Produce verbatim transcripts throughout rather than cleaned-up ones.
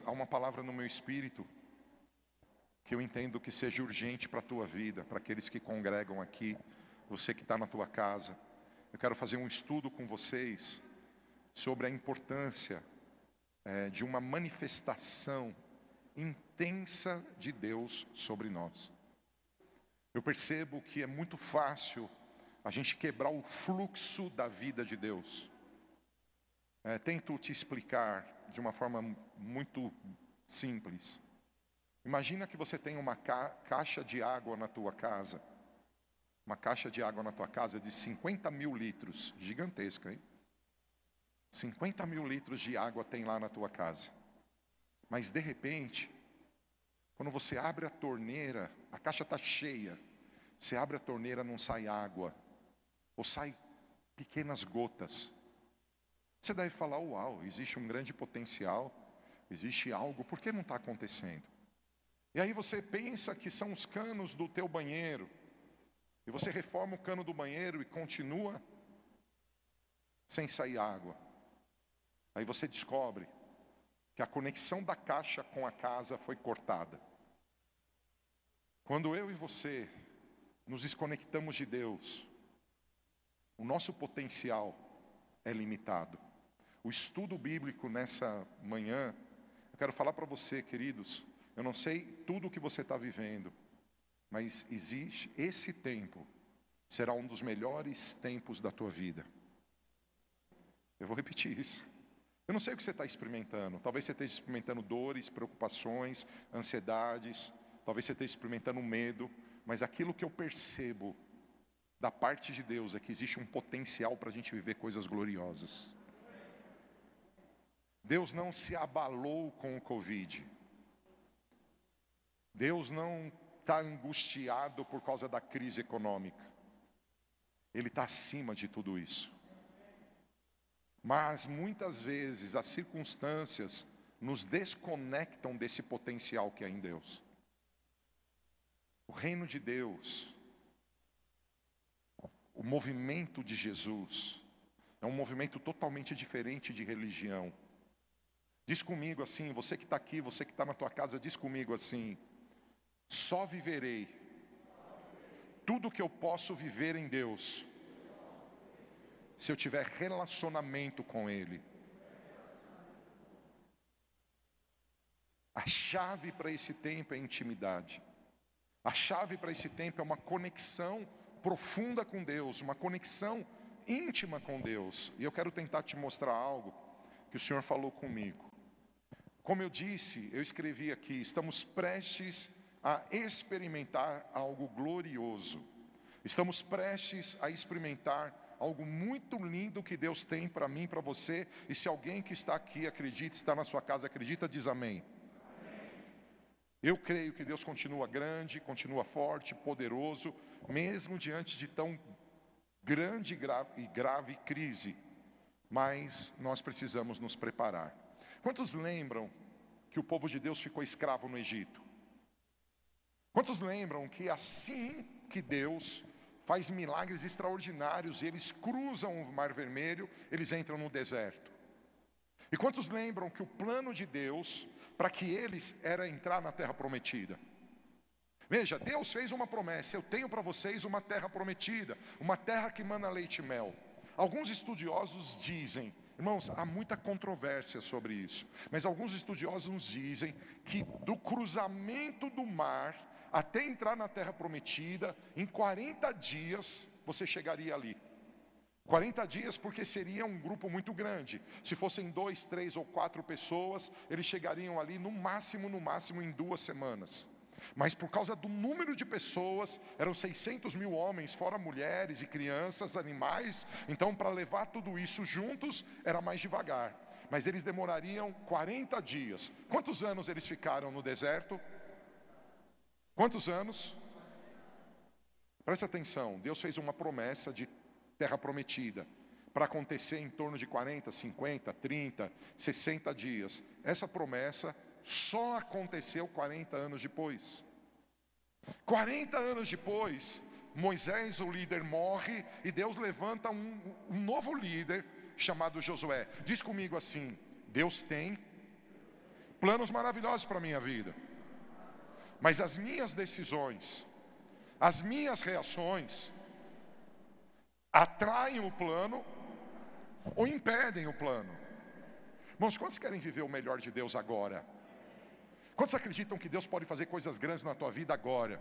há uma palavra no meu espírito que eu entendo que seja urgente para a tua vida, para aqueles que congregam aqui, você que está na tua casa. Eu quero fazer um estudo com vocês sobre a importância é, de uma manifestação intensa de Deus sobre nós. Eu percebo que é muito fácil a gente quebrar o fluxo da vida de Deus. É, tento te explicar de uma forma muito simples. Imagina que você tem uma ca caixa de água na tua casa. Uma caixa de água na tua casa de cinquenta mil litros. Gigantesca, hein? cinquenta mil litros de água tem lá na tua casa. Mas de repente, quando você abre a torneira, a caixa está cheia. Você abre a torneira, não sai água. Ou sai pequenas gotas. Você deve falar, uau, existe um grande potencial. Existe algo, por que não está acontecendo? E aí você pensa que são os canos do teu banheiro. E você reforma o cano do banheiro e continua sem sair água. Aí você descobre que a conexão da caixa com a casa foi cortada. Quando eu e você nos desconectamos de Deus, o nosso potencial é limitado. O estudo bíblico nessa manhã, eu quero falar para você, queridos, eu não sei tudo o que você está vivendo, mas existe, esse tempo será um dos melhores tempos da tua vida. Eu vou repetir isso. Eu não sei o que você está experimentando. Talvez você esteja experimentando dores, preocupações, ansiedades. Talvez você esteja experimentando medo. Mas aquilo que eu percebo da parte de Deus é que existe um potencial para a gente viver coisas gloriosas. Deus não se abalou com o Covid. Deus não está angustiado por causa da crise econômica. Ele está acima de tudo isso. Mas muitas vezes as circunstâncias nos desconectam desse potencial que há em Deus. O reino de Deus, o movimento de Jesus, é um movimento totalmente diferente de religião. Diz comigo assim, você que está aqui, você que está na tua casa, diz comigo assim: só viverei tudo que eu posso viver em Deus se eu tiver relacionamento com Ele. A chave para esse tempo é intimidade. A chave para esse tempo é uma conexão profunda com Deus, uma conexão íntima com Deus. E eu quero tentar te mostrar algo que o Senhor falou comigo. Como eu disse, eu escrevi aqui, estamos prestes a experimentar algo glorioso. Estamos prestes a experimentar algo muito lindo que Deus tem para mim, para você. E se alguém que está aqui acredita, está na sua casa, acredita, diz amém. Amém. Eu creio que Deus continua grande, continua forte, poderoso, mesmo diante de tão grande e grave, e grave crise. Mas nós precisamos nos preparar. Quantos lembram que o povo de Deus ficou escravo no Egito? Quantos lembram que assim que Deus faz milagres extraordinários, e eles cruzam o Mar Vermelho, eles entram no deserto? E quantos lembram que o plano de Deus, para que eles, era entrar na terra prometida? Veja, Deus fez uma promessa: eu tenho para vocês uma terra prometida, uma terra que mana leite e mel. Alguns estudiosos dizem, irmãos, há muita controvérsia sobre isso, mas alguns estudiosos nos dizem que do cruzamento do mar até entrar na terra prometida, em quarenta dias você chegaria ali. quarenta dias, porque seria um grupo muito grande. Se fossem dois, três ou quatro pessoas, eles chegariam ali no máximo, no máximo em duas semanas. Mas por causa do número de pessoas, eram seiscentos mil homens, fora mulheres e crianças, animais. Então, para levar tudo isso juntos, era mais devagar. Mas eles demorariam quarenta dias. Quantos anos eles ficaram no deserto? Quantos anos? Preste atenção, Deus fez uma promessa de terra prometida para acontecer em torno de quarenta, cinquenta, trinta, sessenta dias. Essa promessa só aconteceu quarenta anos depois. quarenta anos depois, Moisés, o líder, morre e Deus levanta um, um novo líder chamado Josué. Diz comigo assim: Deus tem planos maravilhosos para a minha vida. Mas as minhas decisões, as minhas reações, atraem o plano ou impedem o plano. Irmãos, quantos querem viver o melhor de Deus agora? Quantos acreditam que Deus pode fazer coisas grandes na tua vida agora?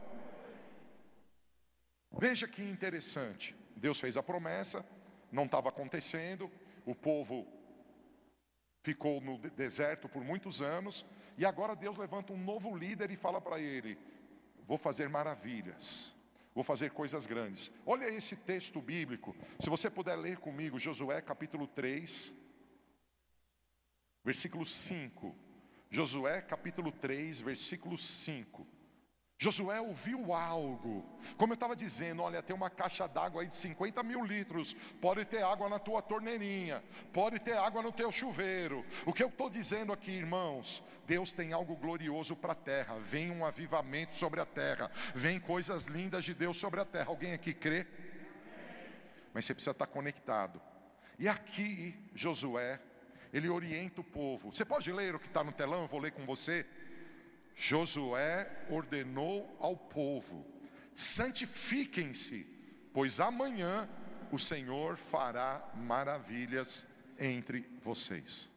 Veja que interessante, Deus fez a promessa, não estava acontecendo, o povo ficou no deserto por muitos anos, e agora Deus levanta um novo líder e fala para ele: vou fazer maravilhas, vou fazer coisas grandes. Olha esse texto bíblico, se você puder ler comigo, Josué capítulo três, versículo cinco. Josué capítulo três, versículo cinco. Josué ouviu algo, como eu estava dizendo, olha, tem uma caixa d'água aí de cinquenta mil litros, pode ter água na tua torneirinha, pode ter água no teu chuveiro. O que eu estou dizendo aqui, irmãos, Deus tem algo glorioso para a terra, vem um avivamento sobre a terra, vem coisas lindas de Deus sobre a terra. Alguém aqui crê? Mas você precisa estar conectado. E aqui, Josué, ele orienta o povo. Você pode ler o que está no telão? Eu vou ler com você. Josué ordenou ao povo: santifiquem-se, pois amanhã o Senhor fará maravilhas entre vocês.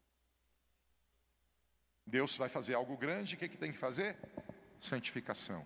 Deus vai fazer algo grande, o que, que tem que fazer? Santificação.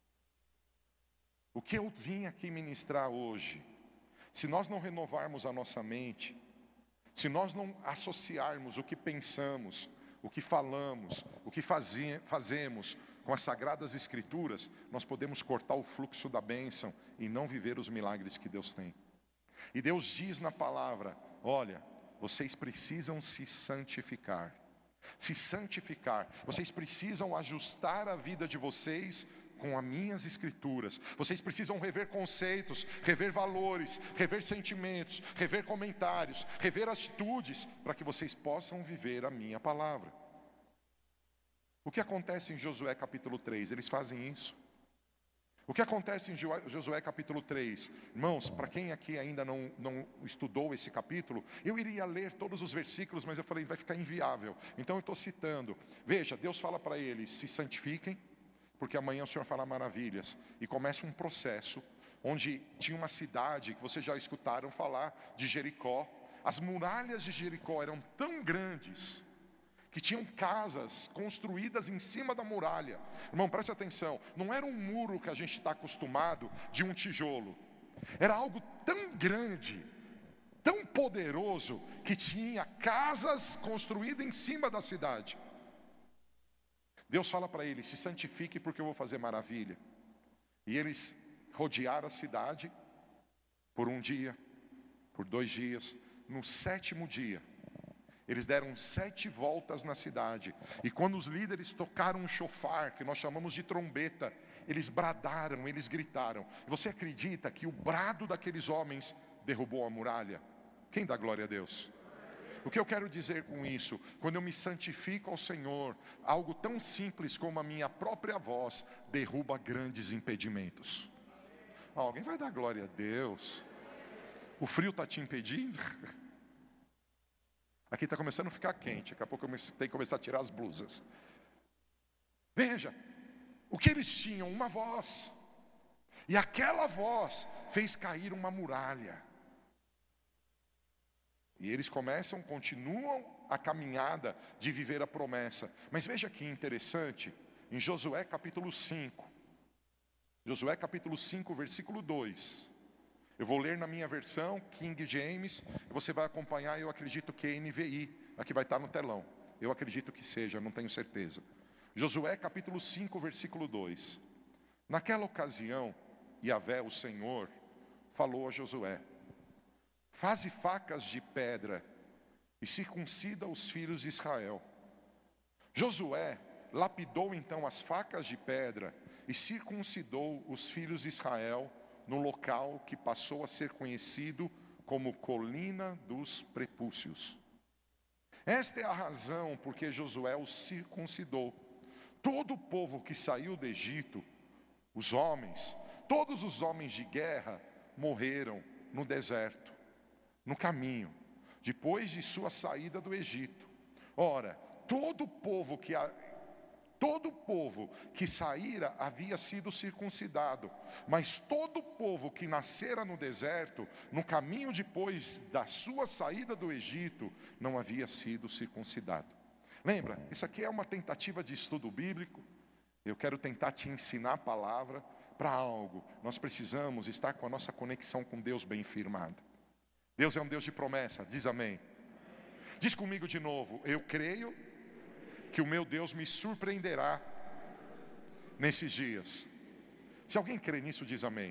O que eu vim aqui ministrar hoje, se nós não renovarmos a nossa mente, se nós não associarmos o que pensamos, o que falamos, o que fazia, fazemos com as Sagradas Escrituras, nós podemos cortar o fluxo da bênção e não viver os milagres que Deus tem. E Deus diz na palavra: olha, vocês precisam se santificar. Se santificar, vocês precisam ajustar a vida de vocês com as minhas escrituras. Vocês precisam rever conceitos, rever valores, rever sentimentos, rever comentários, rever atitudes, para que vocês possam viver a minha palavra. O que acontece em Josué capítulo três? Eles fazem isso. O que acontece em Josué capítulo três? Irmãos, para quem aqui ainda não, não estudou esse capítulo, eu iria ler todos os versículos, mas eu falei, vai ficar inviável. Então eu estou citando. Veja, Deus fala para eles: se santifiquem, porque amanhã o Senhor fará maravilhas. E começa um processo, onde tinha uma cidade, que vocês já escutaram falar, de Jericó. As muralhas de Jericó eram tão grandes, que tinham casas construídas em cima da muralha. Irmão, preste atenção, não era um muro que a gente está acostumado, de um tijolo. Era algo tão grande, tão poderoso, que tinha casas construídas em cima da cidade. Deus fala para eles: se santifique, porque eu vou fazer maravilha. E eles rodearam a cidade por um dia, por dois dias. No sétimo dia, eles deram sete voltas na cidade. E quando os líderes tocaram um chofar, que nós chamamos de trombeta, eles bradaram, eles gritaram. Você acredita que o brado daqueles homens derrubou a muralha? Quem dá glória a Deus? O que eu quero dizer com isso? Quando eu me santifico ao Senhor, algo tão simples como a minha própria voz derruba grandes impedimentos. Ah, alguém vai dar glória a Deus? O frio está te impedindo? Aqui está começando a ficar quente, daqui a pouco eu tenho que começar a tirar as blusas. Veja, o que eles tinham? Uma voz. E aquela voz fez cair uma muralha. E eles começam, continuam a caminhada de viver a promessa. Mas veja que interessante, em Josué capítulo cinco. Josué capítulo cinco, versículo dois. Eu vou ler na minha versão, King James, e você vai acompanhar, eu acredito que é N V I, aqui vai estar no telão. Eu acredito que seja, não tenho certeza. Josué capítulo cinco, versículo dois. Naquela ocasião, Yahvé, o Senhor, falou a Josué: faze facas de pedra e circuncida os filhos de Israel. Josué lapidou então as facas de pedra e circuncidou os filhos de Israel no local que passou a ser conhecido como Colina dos Prepúcios. Esta é a razão porque Josué os circuncidou. Todo o povo que saiu do Egito, os homens, todos os homens de guerra, morreram no deserto, no caminho, depois de sua saída do Egito. Ora, todo povo que a, todo povo que saíra havia sido circuncidado, mas todo povo que nascera no deserto, no caminho depois da sua saída do Egito, não havia sido circuncidado. Lembra? Isso aqui é uma tentativa de estudo bíblico. Eu quero tentar te ensinar a palavra para algo. Nós precisamos estar com a nossa conexão com Deus bem firmada. Deus é um Deus de promessa, diz amém. Diz comigo de novo: eu creio que o meu Deus me surpreenderá nesses dias. Se alguém crê nisso, diz amém.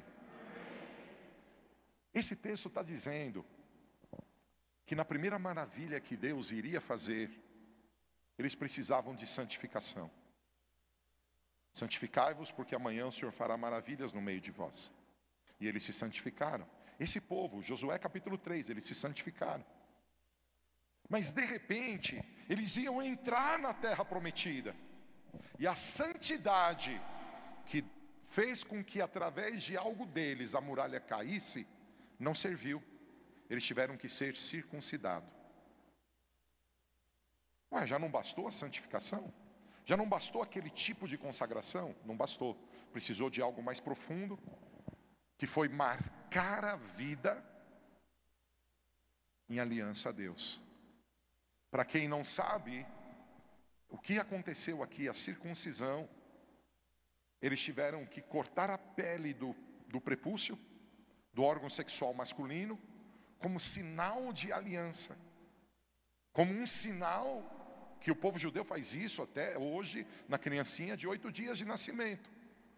Esse texto está dizendo que na primeira maravilha que Deus iria fazer, eles precisavam de santificação. Santificai-vos, porque amanhã o Senhor fará maravilhas no meio de vós. E eles se santificaram. Esse povo, Josué capítulo três, eles se santificaram. Mas de repente, eles iam entrar na terra prometida. E a santidade que fez com que através de algo deles a muralha caísse, não serviu. Eles tiveram que ser circuncidados. Ué, já não bastou a santificação? Já não bastou aquele tipo de consagração? Não bastou. Precisou de algo mais profundo, que foi marcar a vida em aliança a Deus. Para quem não sabe, o que aconteceu aqui, a circuncisão, eles tiveram que cortar a pele do, do prepúcio, do órgão sexual masculino, como sinal de aliança. Como um sinal que o povo judeu faz isso até hoje, na criancinha de oito dias de nascimento.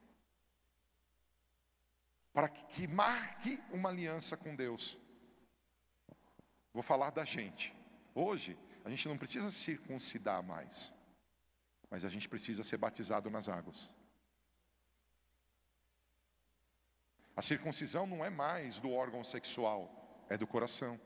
Para que, que marque uma aliança com Deus. Vou falar da gente. Hoje, a gente não precisa circuncidar mais, mas a gente precisa ser batizado nas águas. A circuncisão não é mais do órgão sexual, é do coração.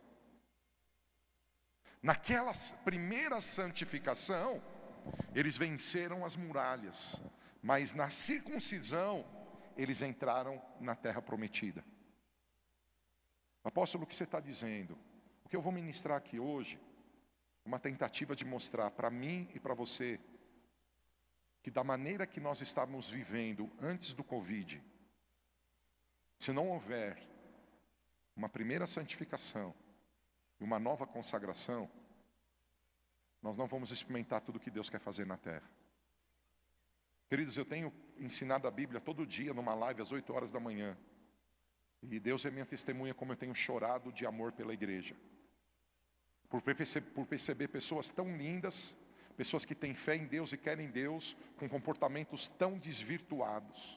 Naquela primeira santificação, eles venceram as muralhas, mas na circuncisão, eles entraram na terra prometida. Apóstolo, o que você está dizendo? O que eu vou ministrar aqui hoje, uma tentativa de mostrar para mim e para você, que da maneira que nós estávamos vivendo antes do Covid, se não houver uma primeira santificação, e uma nova consagração, nós não vamos experimentar tudo o que Deus quer fazer na terra. Queridos, eu tenho ensinado a Bíblia todo dia, numa live às oito horas da manhã. E Deus é minha testemunha como eu tenho chorado de amor pela igreja. Por perceber, por perceber pessoas tão lindas, pessoas que têm fé em Deus e querem Deus, com comportamentos tão desvirtuados.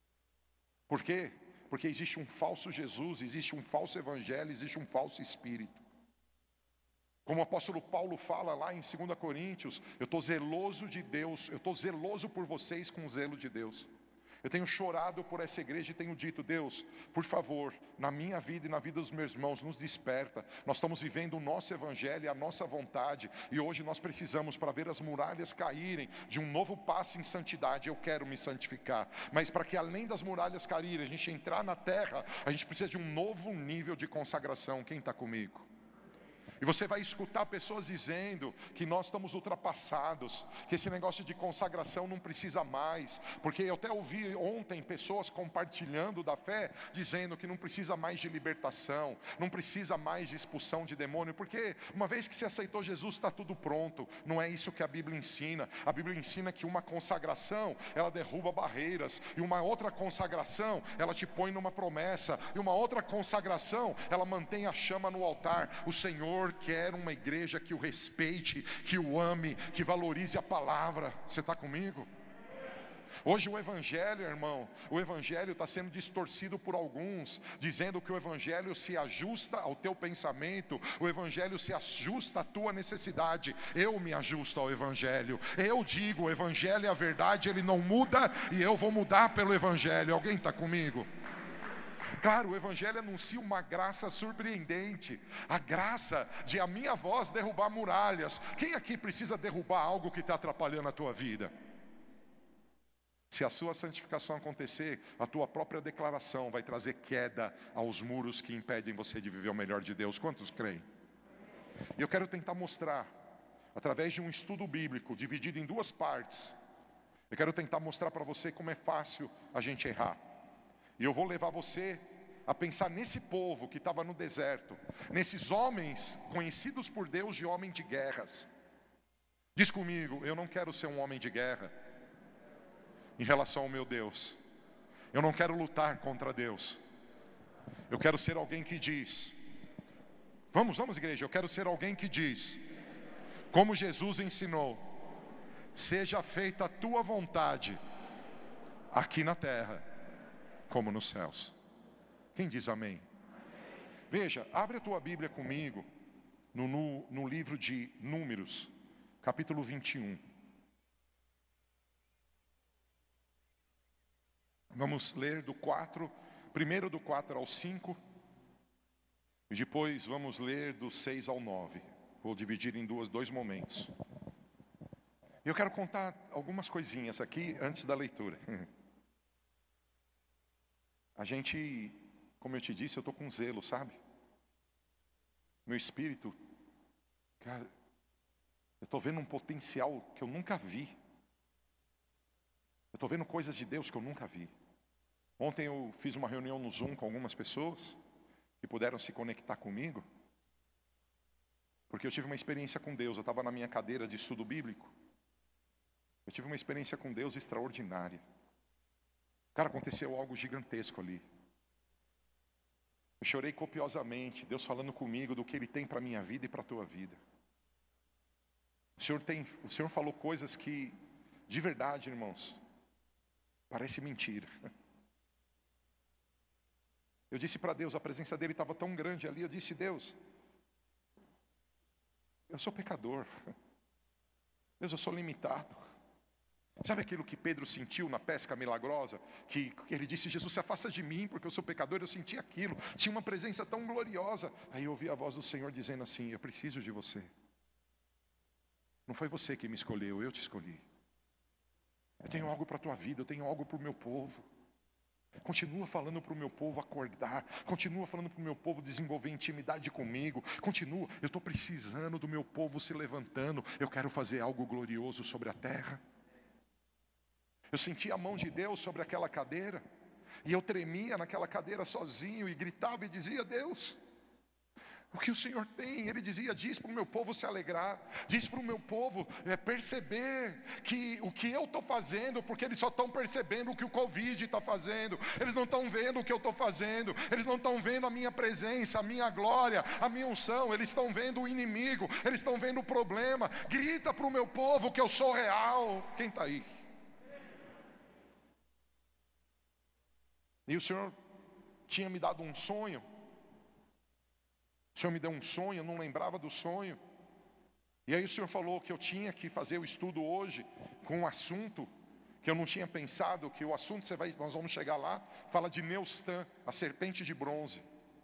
Por quê? Porque existe um falso Jesus, existe um falso evangelho, existe um falso espírito. Como o apóstolo Paulo fala lá em dois Coríntios, eu estou zeloso de Deus, eu estou zeloso por vocês com o zelo de Deus. Eu tenho chorado por essa igreja e tenho dito: Deus, por favor, na minha vida e na vida dos meus irmãos, nos desperta. Nós estamos vivendo o nosso evangelho e a nossa vontade, e hoje nós precisamos, para ver as muralhas caírem, de um novo passo em santidade. Eu quero me santificar, mas para que além das muralhas caírem, a gente entrar na terra, a gente precisa de um novo nível de consagração. Quem está comigo? E você vai escutar pessoas dizendo que nós estamos ultrapassados, que esse negócio de consagração não precisa mais, porque eu até ouvi ontem pessoas compartilhando da fé, dizendo que não precisa mais de libertação, não precisa mais de expulsão de demônio, porque uma vez que você aceitou Jesus, está tudo pronto. Não é isso que a Bíblia ensina. A Bíblia ensina que uma consagração, ela derruba barreiras, e uma outra consagração, ela te põe numa promessa, e uma outra consagração, ela mantém a chama no altar. O Senhor quer uma igreja que o respeite, que o ame, que valorize a palavra. Você está comigo? Hoje o evangelho, irmão, o evangelho está sendo distorcido por alguns, dizendo que o evangelho se ajusta ao teu pensamento, o evangelho se ajusta à tua necessidade. Eu me ajusto ao evangelho. Eu digo, o evangelho é a verdade, ele não muda, e eu vou mudar pelo evangelho. Alguém está comigo? Claro, o evangelho anuncia uma graça surpreendente, a graça de a minha voz derrubar muralhas. Quem aqui precisa derrubar algo que está atrapalhando a tua vida? Se a sua santificação acontecer, a tua própria declaração vai trazer queda aos muros que impedem você de viver o melhor de Deus. Quantos creem? E eu quero tentar mostrar através de um estudo bíblico, dividido em duas partes, eu quero tentar mostrar para você como é fácil a gente errar. E eu vou levar você a pensar nesse povo que estava no deserto, nesses homens conhecidos por Deus de homem de guerras. Diz comigo, eu não quero ser um homem de guerra em relação ao meu Deus. Eu não quero lutar contra Deus. Eu quero ser alguém que diz, vamos, vamos igreja, eu quero ser alguém que diz, como Jesus ensinou, seja feita a tua vontade, aqui na terra, como nos céus. Quem diz amém? Veja, abre a tua Bíblia comigo, no, no, no livro de Números, capítulo vinte e um. Vamos ler do quatro, primeiro do quatro ao cinco, e depois vamos ler do seis ao nove. Vou dividir em duas, dois momentos. Eu quero contar algumas coisinhas aqui antes da leitura. A gente, como eu te disse, eu estou com zelo, sabe? Meu espírito, cara, eu estou vendo um potencial que eu nunca vi. Eu estou vendo coisas de Deus que eu nunca vi. Ontem eu fiz uma reunião no Zoom com algumas pessoas que puderam se conectar comigo, porque eu tive uma experiência com Deus. Eu estava na minha cadeira de estudo bíblico. Eu tive uma experiência com Deus extraordinária. Cara, aconteceu algo gigantesco ali. Eu chorei copiosamente, Deus falando comigo do que Ele tem para a minha vida e para a tua vida. O Senhor tem, o Senhor falou coisas que, de verdade, irmãos, parece mentira. Eu disse para Deus, a presença dEle estava tão grande ali, eu disse, Deus, eu sou pecador. Deus, eu sou limitado. Sabe aquilo que Pedro sentiu na pesca milagrosa? Que, que ele disse, Jesus, se afasta de mim, porque eu sou pecador. Eu senti aquilo, tinha uma presença tão gloriosa. Aí eu ouvi a voz do Senhor dizendo assim, eu preciso de você. Não foi você que me escolheu, eu te escolhi. Eu tenho algo para a tua vida, eu tenho algo para o meu povo. Continua falando para o meu povo acordar. Continua falando para o meu povo desenvolver intimidade comigo. Continua, eu estou precisando do meu povo se levantando. Eu quero fazer algo glorioso sobre a terra. Eu senti a mão de Deus sobre aquela cadeira. E eu tremia naquela cadeira sozinho e gritava e dizia, Deus, o que o Senhor tem? Ele dizia, diz para o meu povo se alegrar, diz para o meu povo é, perceber que o que eu estou fazendo, porque eles só estão percebendo o que o Covid está fazendo, eles não estão vendo o que eu estou fazendo, eles não estão vendo a minha presença, a minha glória, a minha unção, eles estão vendo o inimigo, eles estão vendo o problema. Grita para o meu povo que eu sou real. Quem está aí? E o Senhor tinha me dado um sonho. O Senhor me deu um sonho, eu não lembrava do sonho. E aí o Senhor falou que eu tinha que fazer o estudo hoje com um assunto que eu não tinha pensado, que o assunto, você vai, nós vamos chegar lá, fala de Neustã, a serpente de bronze.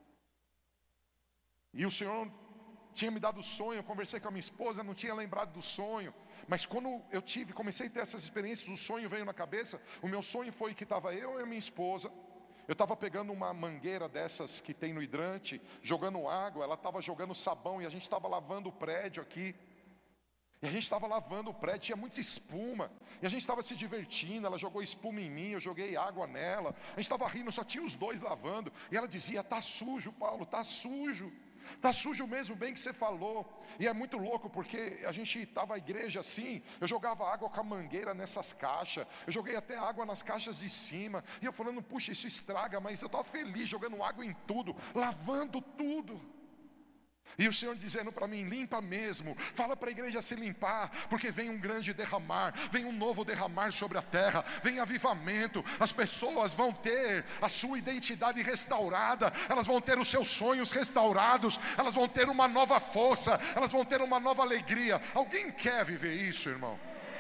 E o Senhor tinha me dado o sonho, eu conversei com a minha esposa, não tinha lembrado do sonho. Mas quando eu tive, comecei a ter essas experiências, o sonho veio na cabeça. O meu sonho foi que estava eu e a minha esposa. Eu estava pegando uma mangueira dessas que tem no hidrante, jogando água, ela estava jogando sabão e a gente estava lavando o prédio aqui. E a gente estava lavando o prédio, tinha muita espuma. E a gente estava se divertindo, ela jogou espuma em mim, eu joguei água nela. A gente estava rindo, só tinha os dois lavando. E ela dizia, tá sujo, Paulo, tá sujo. Tá sujo mesmo, bem que você falou. E é muito louco porque a gente estava à igreja assim. Eu jogava água com a mangueira nessas caixas. Eu joguei até água nas caixas de cima. E eu falando, puxa, isso estraga. Mas eu estava feliz jogando água em tudo, lavando tudo. E o Senhor dizendo para mim, limpa mesmo. Fala para a igreja se limpar, porque vem um grande derramar, vem um novo derramar sobre a terra, vem avivamento. As pessoas vão ter a sua identidade restaurada, elas vão ter os seus sonhos restaurados, elas vão ter uma nova força, elas vão ter uma nova alegria. Alguém quer viver isso, irmão?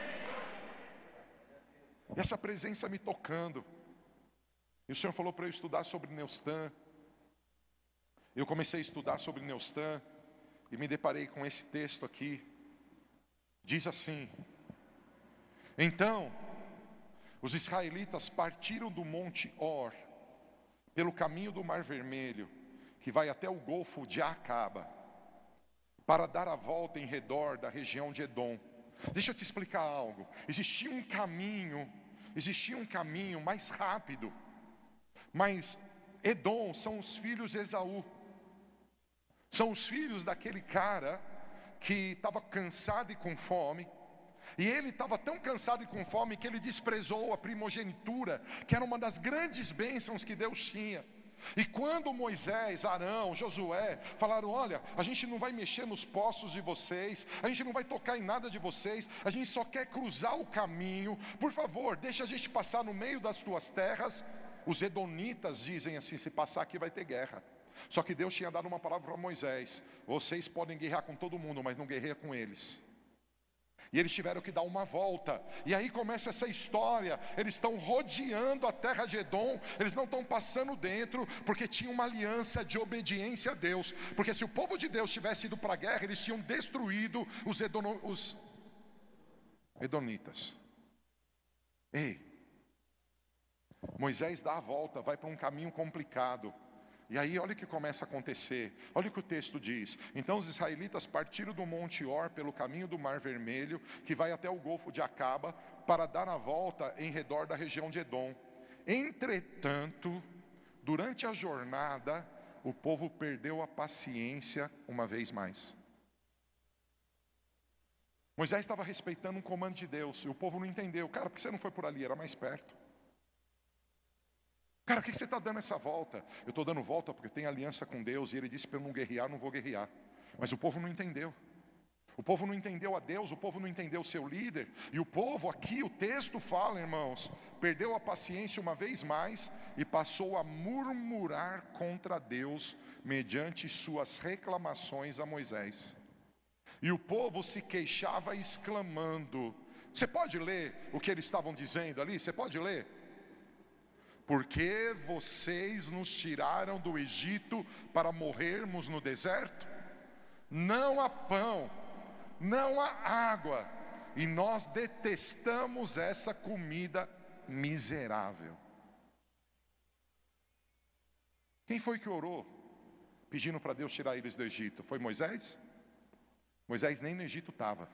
E essa presença me tocando. E o Senhor falou para eu estudar sobre Neustã. Eu comecei a estudar sobre Neustã e me deparei com esse texto aqui. Diz assim: então, os israelitas partiram do monte Or, pelo caminho do Mar Vermelho, que vai até o Golfo de Acaba, para dar a volta em redor da região de Edom. Deixa eu te explicar algo. Existia um caminho, existia um caminho mais rápido, mas Edom são os filhos de Esaú. São os filhos daquele cara que estava cansado e com fome. E ele estava tão cansado e com fome que ele desprezou a primogenitura, que era uma das grandes bênçãos que Deus tinha. E quando Moisés, Arão, Josué falaram: olha, a gente não vai mexer nos poços de vocês, a gente não vai tocar em nada de vocês, a gente só quer cruzar o caminho, por favor, deixa a gente passar no meio das tuas terras. Os edonitas dizem assim: se passar aqui vai ter guerra. Só que Deus tinha dado uma palavra para Moisés: vocês podem guerrear com todo mundo, mas não guerreia com eles. E eles tiveram que dar uma volta. E aí começa essa história. Eles estão rodeando a terra de Edom. Eles não estão passando dentro, porque tinha uma aliança de obediência a Deus. Porque se o povo de Deus tivesse ido para a guerra, eles tinham destruído os, edono, os edonitas. Ei, Moisés dá a volta, vai para um caminho complicado. E aí olha o que começa a acontecer. Olha o que o texto diz: então os israelitas partiram do Monte Or pelo caminho do Mar Vermelho, que vai até o Golfo de Acaba, para dar a volta em redor da região de Edom. Entretanto, durante a jornada, o povo perdeu a paciência uma vez mais. Moisés estava respeitando um comando de Deus, e o povo não entendeu. Cara, por que você não foi por ali? Era mais perto. Cara, por que você está dando essa volta? Eu estou dando volta porque eu tenho aliança com Deus, e Ele disse para eu não guerrear, não vou guerrear. Mas o povo não entendeu. O povo não entendeu a Deus, o povo não entendeu o seu líder. E o povo aqui, o texto fala, irmãos, perdeu a paciência uma vez mais e passou a murmurar contra Deus mediante suas reclamações a Moisés. E o povo se queixava exclamando. Você pode ler o que eles estavam dizendo ali? Você pode ler? Porque vocês nos tiraram do Egito para morrermos no deserto? Não há pão, não há água, e nós detestamos essa comida miserável. Quem foi que orou pedindo para Deus tirar eles do Egito? Foi Moisés? Moisés nem no Egito estava.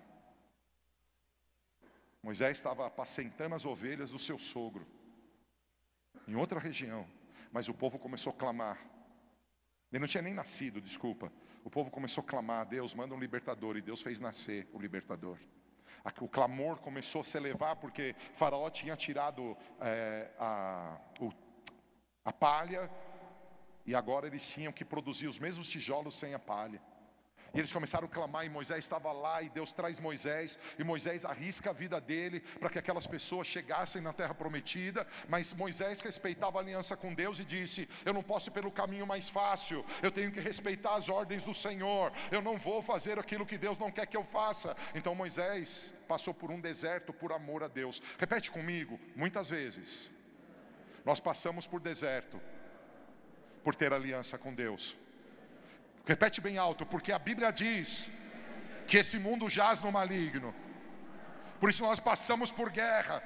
Moisés estava apacentando as ovelhas do seu sogro, em outra região. Mas o povo começou a clamar. Ele não tinha nem nascido, desculpa. O povo começou a clamar: Deus, manda um libertador. E Deus fez nascer o libertador. O clamor começou a se elevar, porque Faraó tinha tirado é, a, o, a palha, e agora eles tinham que produzir os mesmos tijolos sem a palha. E eles começaram a clamar, e Moisés estava lá, e Deus traz Moisés, e Moisés arrisca a vida dele para que aquelas pessoas chegassem na terra prometida. Mas Moisés respeitava a aliança com Deus e disse: eu não posso ir pelo caminho mais fácil, eu tenho que respeitar as ordens do Senhor, eu não vou fazer aquilo que Deus não quer que eu faça. Então Moisés passou por um deserto por amor a Deus. Repete comigo: muitas vezes nós passamos por deserto por ter aliança com Deus. Repete bem alto: porque a Bíblia diz que esse mundo jaz no maligno. Por isso nós passamos por guerra.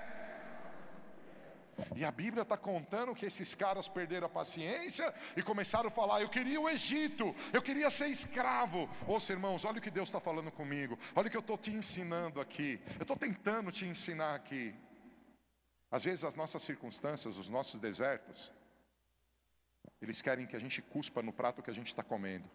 E a Bíblia está contando que esses caras perderam a paciência e começaram a falar: eu queria o Egito, eu queria ser escravo. Ouça, irmãos, olha o que Deus está falando comigo. Olha o que eu estou te ensinando aqui. Eu estou tentando te ensinar aqui. Às vezes as nossas circunstâncias, os nossos desertos, eles querem que a gente cuspa no prato que a gente está comendo.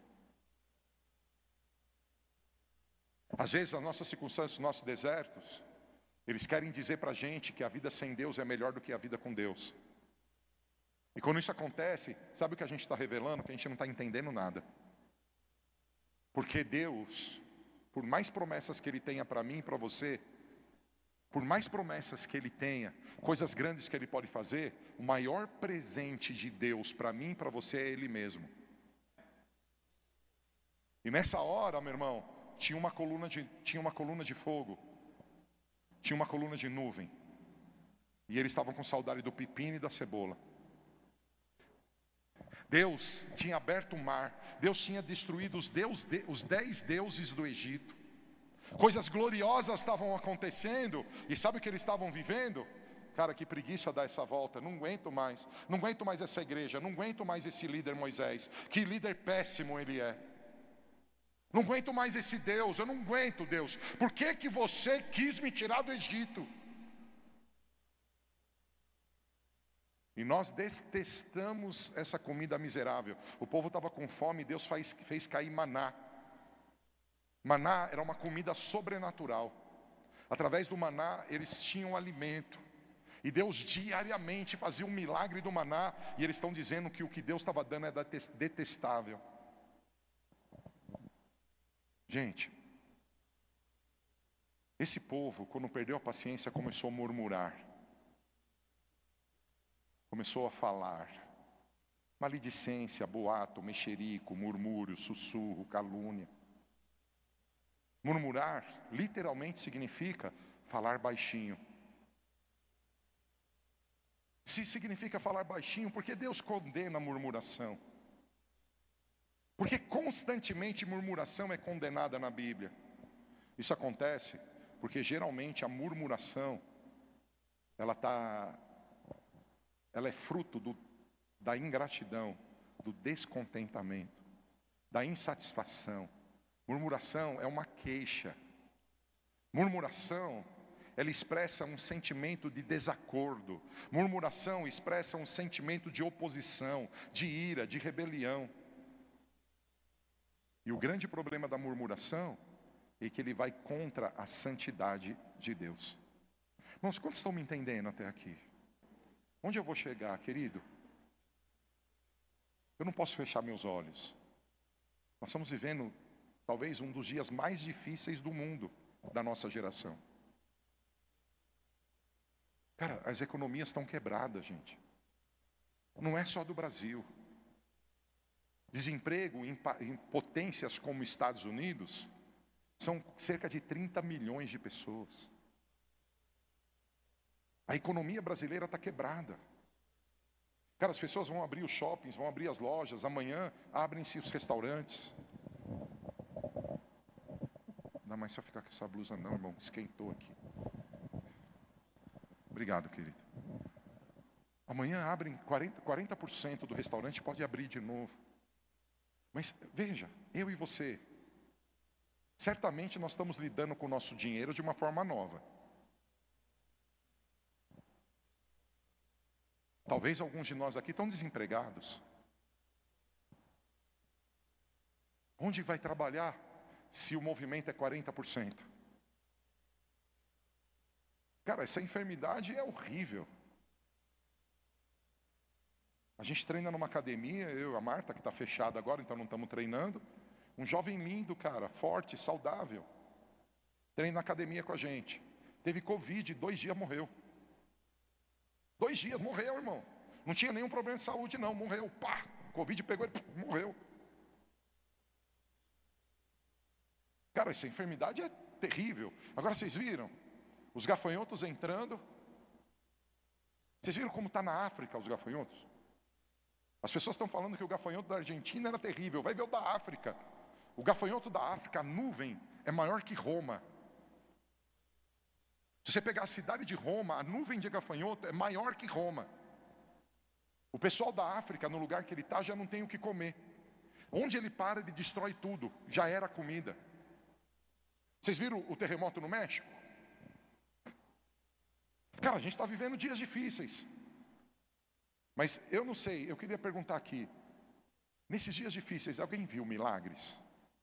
Às vezes as nossas circunstâncias, os nossos desertos, eles querem dizer para a gente que a vida sem Deus é melhor do que a vida com Deus. E quando isso acontece, sabe o que a gente está revelando? Que a gente não está entendendo nada. Porque Deus, por mais promessas que Ele tenha para mim e para você, por mais promessas que Ele tenha, coisas grandes que Ele pode fazer, o maior presente de Deus para mim e para você é Ele mesmo. E nessa hora, meu irmão, tinha uma coluna de, tinha uma coluna de fogo, tinha uma coluna de nuvem, e eles estavam com saudade do pepino e da cebola. Deus tinha aberto o mar, Deus tinha destruído os, deus, os dez deuses do Egito. Coisas gloriosas estavam acontecendo, e sabe o que eles estavam vivendo? Cara, que preguiça dar essa volta, não aguento mais, não aguento mais essa igreja, não aguento mais esse líder Moisés, que líder péssimo ele é. Não aguento mais esse Deus, eu não aguento, Deus. Por que que você quis me tirar do Egito? E nós detestamos essa comida miserável. O povo estava com fome, Deus faz, fez cair maná. Maná era uma comida sobrenatural. Através do maná eles tinham alimento. E Deus diariamente fazia um milagre do maná. E eles estão dizendo que o que Deus estava dando é detestável. Gente, esse povo, quando perdeu a paciência, começou a murmurar. Começou a falar. Maledicência, boato, mexerico, murmúrio, sussurro, calúnia. Murmurar, literalmente significa falar baixinho. Se significa falar baixinho, por que Deus condena a murmuração? Porque constantemente murmuração é condenada na Bíblia. Isso acontece porque geralmente a murmuração, ela tá, ela é fruto do, da ingratidão, do descontentamento, da insatisfação. Murmuração é uma queixa. Murmuração, ela expressa um sentimento de desacordo. Murmuração expressa um sentimento de oposição, de ira, de rebelião. E o grande problema da murmuração é que ele vai contra a santidade de Deus. Irmãos, quantos estão me entendendo até aqui? Onde eu vou chegar, querido? Eu não posso fechar meus olhos. Nós estamos vivendo talvez um dos dias mais difíceis do mundo, da nossa geração. Cara, as economias estão quebradas, gente. Não é só do Brasil. Desemprego em, em potências como Estados Unidos, são cerca de trinta milhões de pessoas. A economia brasileira está quebrada. Cara, as pessoas vão abrir os shoppings, vão abrir as lojas, amanhã abrem-se os restaurantes. Não dá mais só ficar com essa blusa não, irmão, esquentou aqui. Obrigado, querido. Amanhã abrem quarenta, quarenta por cento do restaurante, pode abrir de novo. Mas veja, eu e você, certamente nós estamos lidando com o nosso dinheiro de uma forma nova. Talvez alguns de nós aqui estão desempregados. Onde vai trabalhar se o movimento é quarenta por cento? Cara, essa enfermidade é horrível. A gente treina numa academia, eu e a Marta, que está fechada agora, então não estamos treinando. Um jovem lindo, cara, forte, saudável. Treina na academia com a gente. Teve Covid, dois dias morreu. Dois dias, morreu, irmão. Não tinha nenhum problema de saúde, não, morreu. Pá, Covid pegou ele, morreu. Cara, essa enfermidade é terrível. Agora vocês viram? Os gafanhotos entrando. Vocês viram como está na África os gafanhotos? As pessoas estão falando que o gafanhoto da Argentina era terrível. Vai ver o da África. O gafanhoto da África, a nuvem, é maior que Roma. Se você pegar a cidade de Roma, a nuvem de gafanhoto é maior que Roma. O pessoal da África, no lugar que ele está, já não tem o que comer. Onde ele para, ele destrói tudo. Já era comida. Vocês viram o terremoto no México? Cara, a gente está vivendo dias difíceis. Mas eu não sei, eu queria perguntar aqui. Nesses dias difíceis, alguém viu milagres?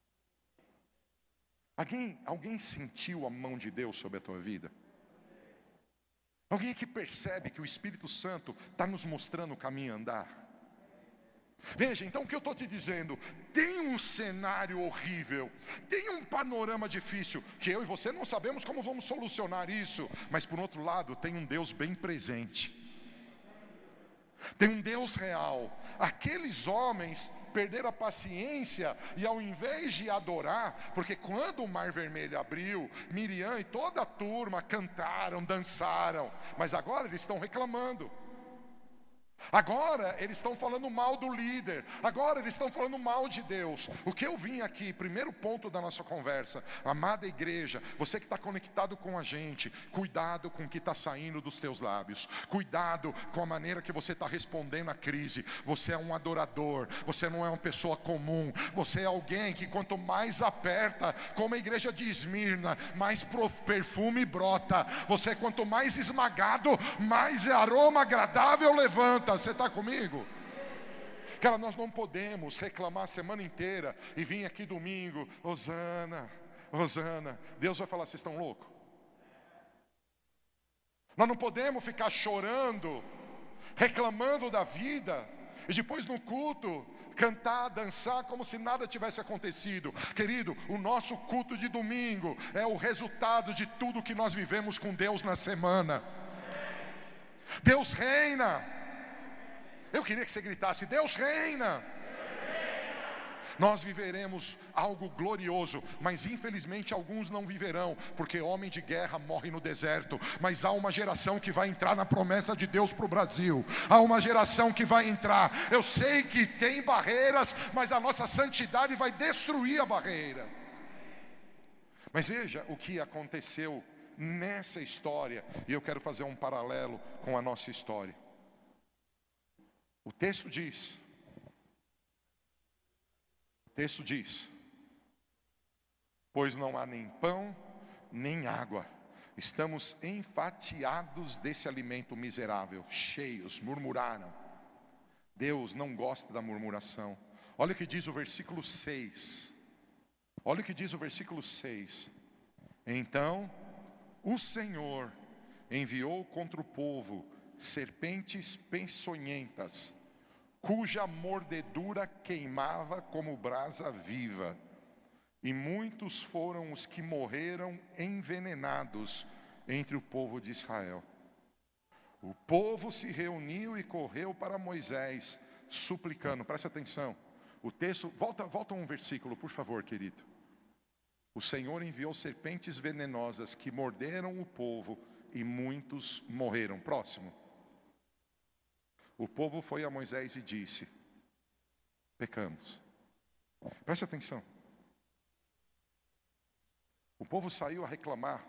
Alguém, alguém sentiu a mão de Deus sobre a tua vida? Alguém que percebe que o Espírito Santo está nos mostrando o caminho a andar? Veja, então o que eu estou te dizendo, tem um cenário horrível, tem um panorama difícil, que eu e você não sabemos como vamos solucionar isso, mas por outro lado, tem um Deus bem presente, tem um Deus real. Aqueles homens perderam a paciência e ao invés de adorar, porque quando o Mar Vermelho abriu, Miriam e toda a turma cantaram, dançaram, mas agora eles estão reclamando. Agora eles estão falando mal do líder, agora eles estão falando mal de Deus. O que eu vim aqui, primeiro ponto da nossa conversa, amada igreja, você que está conectado com a gente, cuidado com o que está saindo dos teus lábios, cuidado com a maneira que você está respondendo à crise. Você é um adorador, você não é uma pessoa comum, você é alguém que quanto mais aperta, como a igreja de Esmirna, mais perfume brota. Você quanto mais esmagado, mais aroma agradável levanta. Você está comigo? Cara, nós não podemos reclamar a semana inteira e vir aqui domingo, Hosana, Hosana. Deus vai falar, vocês estão loucos? Nós não podemos ficar chorando, reclamando da vida, e depois no culto cantar, dançar como se nada tivesse acontecido. Querido, o nosso culto de domingo é o resultado de tudo que nós vivemos com Deus na semana. Deus reina. Eu queria que você gritasse, Deus reina. Nós viveremos algo glorioso, mas infelizmente alguns não viverão, porque homem de guerra morre no deserto. Mas há uma geração que vai entrar na promessa de Deus para o Brasil. Há uma geração que vai entrar. Eu sei que tem barreiras, mas a nossa santidade vai destruir a barreira. Mas veja o que aconteceu nessa história, e eu quero fazer um paralelo com a nossa história. O texto diz, o texto diz, pois não há nem pão, nem água, estamos enfatiados desse alimento miserável, cheios, murmuraram. Deus não gosta da murmuração. Olha o que diz o versículo seis, olha o que diz o versículo seis, então o Senhor enviou contra o povo serpentes peçonhentas, cuja mordedura queimava como brasa viva, e muitos foram os que morreram envenenados entre o povo de Israel. O povo se reuniu e correu para Moisés, suplicando. Presta atenção, o texto, volta, volta um versículo, por favor, querido. O Senhor enviou serpentes venenosas que morderam o povo, e muitos morreram. Próximo. O povo foi a Moisés e disse, pecamos. Presta atenção. O povo saiu a reclamar,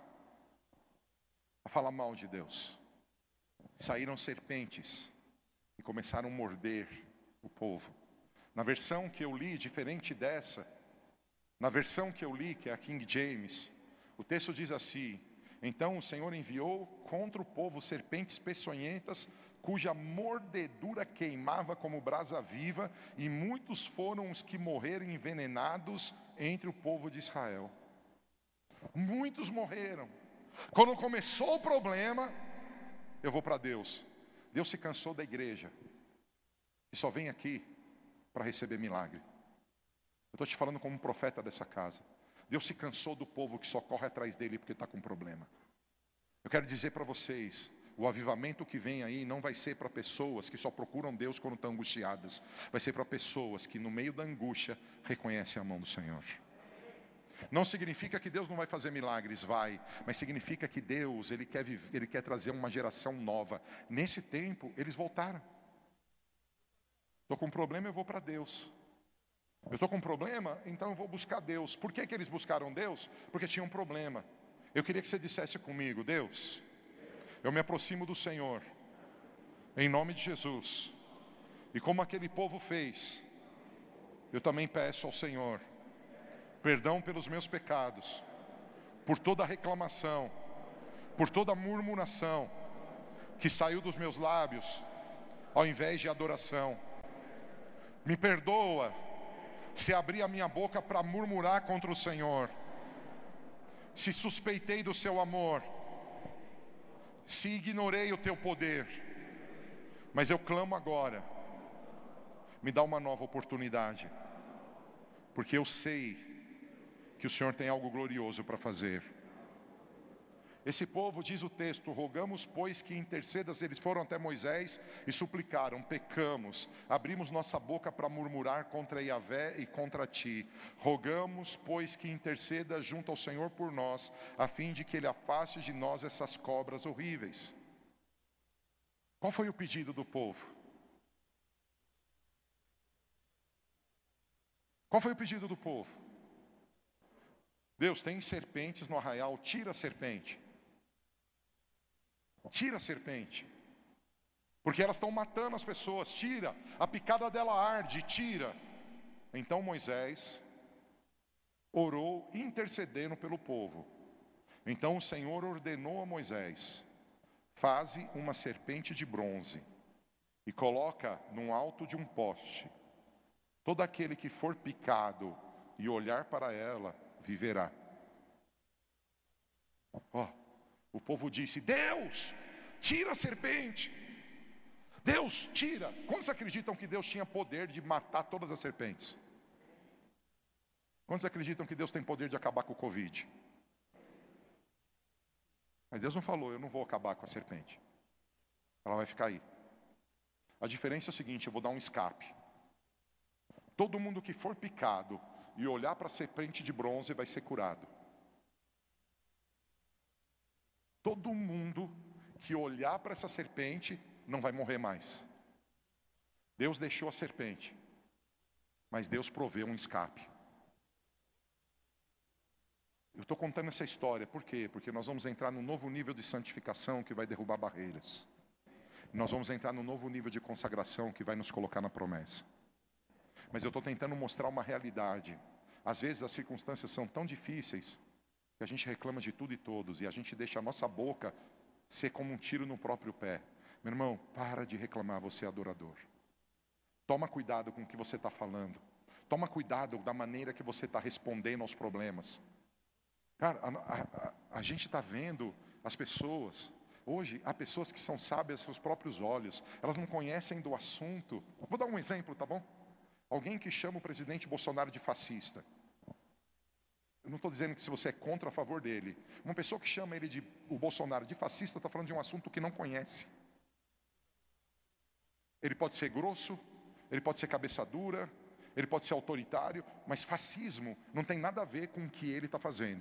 a falar mal de Deus. Saíram serpentes e começaram a morder o povo. Na versão que eu li, diferente dessa, na versão que eu li, que é a King James, o texto diz assim, então o Senhor enviou contra o povo serpentes peçonhentas, cuja mordedura queimava como brasa viva, e muitos foram os que morreram envenenados entre o povo de Israel. Muitos morreram. Quando começou o problema, eu vou para Deus. Deus se cansou da igreja, e só vem aqui para receber milagre. Eu estou te falando como um profeta dessa casa. Deus se cansou do povo que só corre atrás dele porque está com problema. Eu quero dizer para vocês, o avivamento que vem aí não vai ser para pessoas que só procuram Deus quando estão angustiadas. Vai ser para pessoas que no meio da angústia reconhecem a mão do Senhor. Não significa que Deus não vai fazer milagres, vai. Mas significa que Deus, Ele quer, viver, Ele quer trazer uma geração nova. Nesse tempo, eles voltaram. Estou com um problema, eu vou para Deus. Eu estou com um problema, então eu vou buscar Deus. Por que que eles buscaram Deus? Porque tinha um problema. Eu queria que você dissesse comigo, Deus, eu me aproximo do Senhor, em nome de Jesus. E como aquele povo fez, eu também peço ao Senhor perdão pelos meus pecados, por toda reclamação, por toda murmuração que saiu dos meus lábios, ao invés de adoração. Me perdoa se abri a minha boca para murmurar contra o Senhor, se suspeitei do seu amor, se ignorei o teu poder, mas eu clamo agora, me dá uma nova oportunidade, porque eu sei que o Senhor tem algo glorioso para fazer. Esse povo, diz o texto, rogamos pois que intercedas. Eles foram até Moisés e suplicaram, pecamos, abrimos nossa boca para murmurar contra Yahvé e contra ti. Rogamos pois que interceda junto ao Senhor por nós, a fim de que Ele afaste de nós essas cobras horríveis. Qual foi o pedido do povo? Qual foi o pedido do povo? Deus, tem serpentes no arraial, tira a serpente. Tira a serpente. Porque elas estão matando as pessoas, tira. A picada dela arde, tira. Então Moisés orou intercedendo pelo povo. Então o Senhor ordenou a Moisés: faze uma serpente de bronze e coloca no alto de um poste. Todo aquele que for picado e olhar para ela, viverá. Ó, o povo disse: Deus, tira a serpente. Deus, tira. Quantos acreditam que Deus tinha poder de matar todas as serpentes? Quantos acreditam que Deus tem poder de acabar com o Covid? Mas Deus não falou: eu não vou acabar com a serpente. Ela vai ficar aí. A diferença é o seguinte: eu vou dar um escape. Todo mundo que for picado e olhar para a serpente de bronze vai ser curado. Todo mundo que olhar para essa serpente não vai morrer mais. Deus deixou a serpente, mas Deus proveu um escape. Eu estou contando essa história, por quê? Porque nós vamos entrar num novo nível de santificação que vai derrubar barreiras. Nós vamos entrar num novo nível de consagração que vai nos colocar na promessa. Mas eu estou tentando mostrar uma realidade. Às vezes as circunstâncias são tão difíceis que a gente reclama de tudo e todos, e a gente deixa a nossa boca ser como um tiro no próprio pé. Meu irmão, para de reclamar, você é adorador. Toma cuidado com o que você está falando. Toma cuidado da maneira que você está respondendo aos problemas. Cara, a, a, a, a gente está vendo as pessoas. Hoje, há pessoas que são sábias aos seus próprios olhos. Elas não conhecem do assunto. Vou dar um exemplo, tá bom? Alguém que chama o presidente Bolsonaro de fascista. Eu não estou dizendo que se você é contra ou a favor dele. Uma pessoa que chama ele de, o Bolsonaro de fascista, está falando de um assunto que não conhece. Ele pode ser grosso, ele pode ser cabeça dura, ele pode ser autoritário, mas fascismo não tem nada a ver com o que ele está fazendo.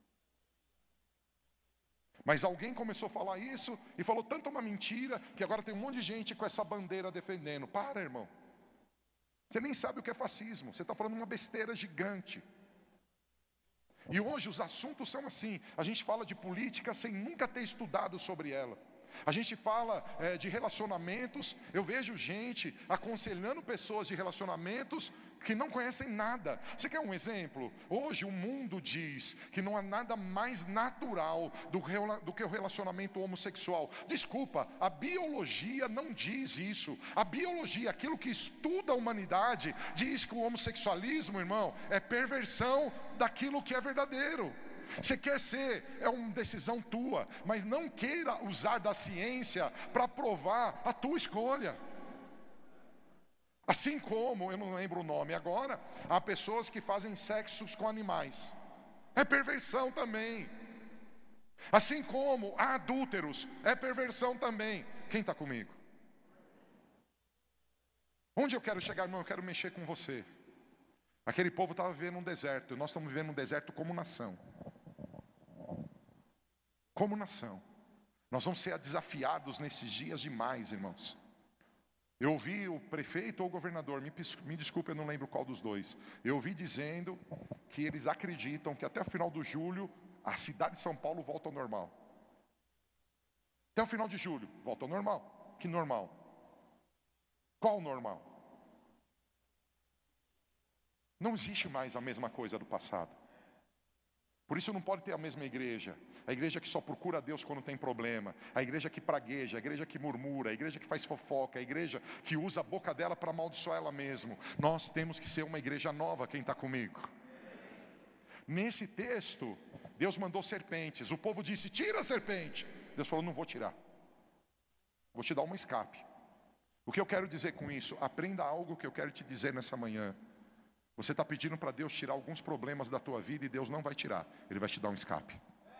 Mas alguém começou a falar isso e falou tanto uma mentira que agora tem um monte de gente com essa bandeira defendendo. Para, irmão. Você nem sabe o que é fascismo, você está falando uma besteira gigante. E hoje os assuntos são assim, a gente fala de política sem nunca ter estudado sobre ela. A gente fala é, de relacionamentos, eu vejo gente aconselhando pessoas de relacionamentos que não conhecem nada. Você quer um exemplo? Hoje o mundo diz que não há nada mais natural do, do que o relacionamento homossexual. Desculpa, a biologia não diz isso. A biologia, aquilo que estuda a humanidade, diz que o homossexualismo, irmão, é perversão daquilo que é verdadeiro. Você quer ser, é uma decisão tua, mas não queira usar da ciência para provar a tua escolha. Assim como, eu não lembro o nome agora, há pessoas que fazem sexos com animais. É perversão também. Assim como há adúlteros, é perversão também. Quem está comigo? Onde eu quero chegar, irmão? Eu quero mexer com você. Aquele povo estava vivendo um deserto, e nós estamos vivendo um deserto como nação. Como nação. Nós vamos ser desafiados nesses dias demais, irmãos. Eu ouvi o prefeito ou o governador, me, me desculpe, eu não lembro qual dos dois. Eu ouvi dizendo que eles acreditam que até o final de julho a cidade de São Paulo volta ao normal. Até o final de julho, volta ao normal. Que normal? Qual normal? Não existe mais a mesma coisa do passado. Por isso não pode ter a mesma igreja. A igreja que só procura a Deus quando tem problema. A igreja que pragueja, a igreja que murmura, a igreja que faz fofoca, a igreja que usa a boca dela para amaldiçoar ela mesma. Nós temos que ser uma igreja nova, quem está comigo? Nesse texto, Deus mandou serpentes. O povo disse, tira a serpente. Deus falou, não vou tirar. Vou te dar uma escape. O que eu quero dizer com isso? Aprenda algo que eu quero te dizer nessa manhã. Você está pedindo para Deus tirar alguns problemas da tua vida e Deus não vai tirar. Ele vai te dar um escape.